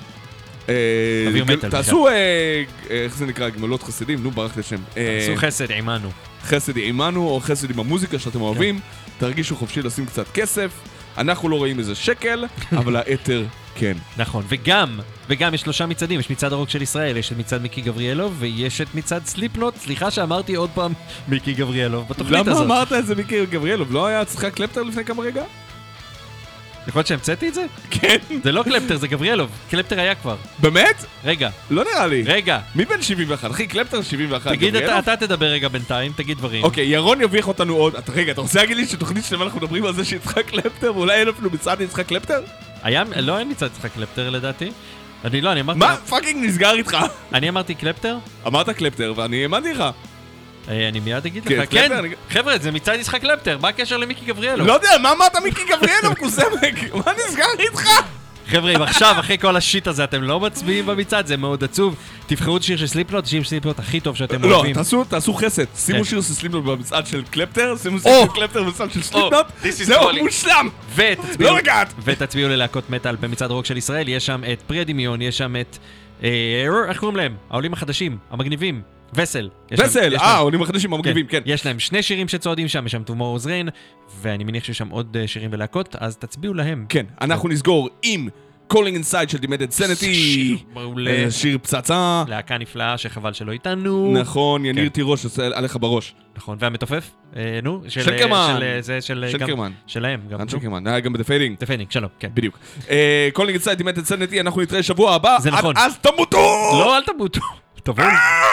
תעשו, איך זה נקרא, גמלות חסדים, נו ברח לשם. תעשו חסד עימנו. חסד עימנו או חסד עם המוזיקה שאתם אוהבים, תרגישו חופשי לשים קצת כסף. אנחנו לא רואים איזה שקל, אבל האתר כן. נכון, וגם יש 3 מצעדים, יש מצעד הרוק של ישראל, יש את מצעד מיקי גבריאלוב, ויש את מצעד סליפנוט, סליחה שאמרתי עוד פעם מיקי גבריאלוב בתוכנית הזאת. למה אמרת את זה מיקי גבריאלוב? לא היה צריכה קלפטר לפני כמה רגע? יכול להיות שהמצאתי את זה? כן. זה לא קלפטר, זה גבריאלוב. קלפטר היה כבר. באמת? רגע. לא נראה לי. רגע. מי בן 71? אחי, קלפטר 71. תגיד, אתה תדבר רגע בינתיים, תגיד דברים. אוקיי, ירון יביך אותנו עוד. רגע, אתה רוצה להגיד לי שתוכנית שלמה אנחנו מדברים על זה שיצחק קלפטר, ואולי אין אפילו מצעד יצחק קלפטר? לא היה מצעד יצחק קלפטר לדעתי. אני אמרתי... מה פאקינג נסגר איתך? אני אמרתי קלפטר? אמרת קלפטר, ואני האמנתי לך. אני מיד אגיד לך, כן, חבר'ה, זה מצעד יצחק קלפטר, מה הקשר למיקי גבריאלוב? לא יודע, מה אמרת מיקי גבריאלוב, קוסמק? מה נסגר איתך? חבר'ה, אם עכשיו, אחרי כל השיט הזה, אתם לא מצביעים במצעד, זה מאוד עצוב. תבחרו את שיר של סליפנוט, שיר של סליפנוט הכי טוב שאתם אוהבים. לא, תעשו חסד, שימו שיר של סליפנוט במצעד של קלפטר, שימו שיר של קלפטר במצעד של סליפנוט, זהו, מושלם! לא לגעת! ותצביעו ללהקות מטל במצעד הרוק של ישראל, יש שם את פרי הדמיון, יש שם את... איך קוראים להם? העולים החדשים, המגניבים. וסל, עולים החדשים המגניבים, כן. יש להם 2 שירים שצועדים שם, יש שם Tomorrow's Rain, ואני מניח שיש שם עוד שירים ולהקות, אז תצביעו להם. כן, אנחנו נסגור עם Calling Inside של Demented Sanity, שיר פצצה. להקה נפלאה שחבל שלא איתנו. נכון, יניר תירוש, עליך בראש. נכון, והמתופף, נו, שקרמן. שקרמן. שלהם גם. שקרמן, היה גם בדפיידינג. דפיידינג, שלום, כן. בדיוק. Calling Inside Demented Sanity, אנחנו נתראה שבוע הבא. זה נכון. אז תמותו! לא, אל תמותו. תבואו.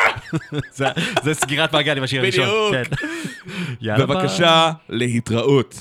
זה סגירת מעגל עם השיר הראשון. בדיוק. בבקשה, להתראות.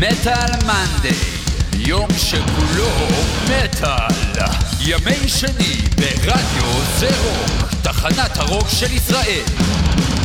מטל מנדי, יום שכולו מטל. ימי שני ברדיו זה רוק, תחנת הרוק של ישראל.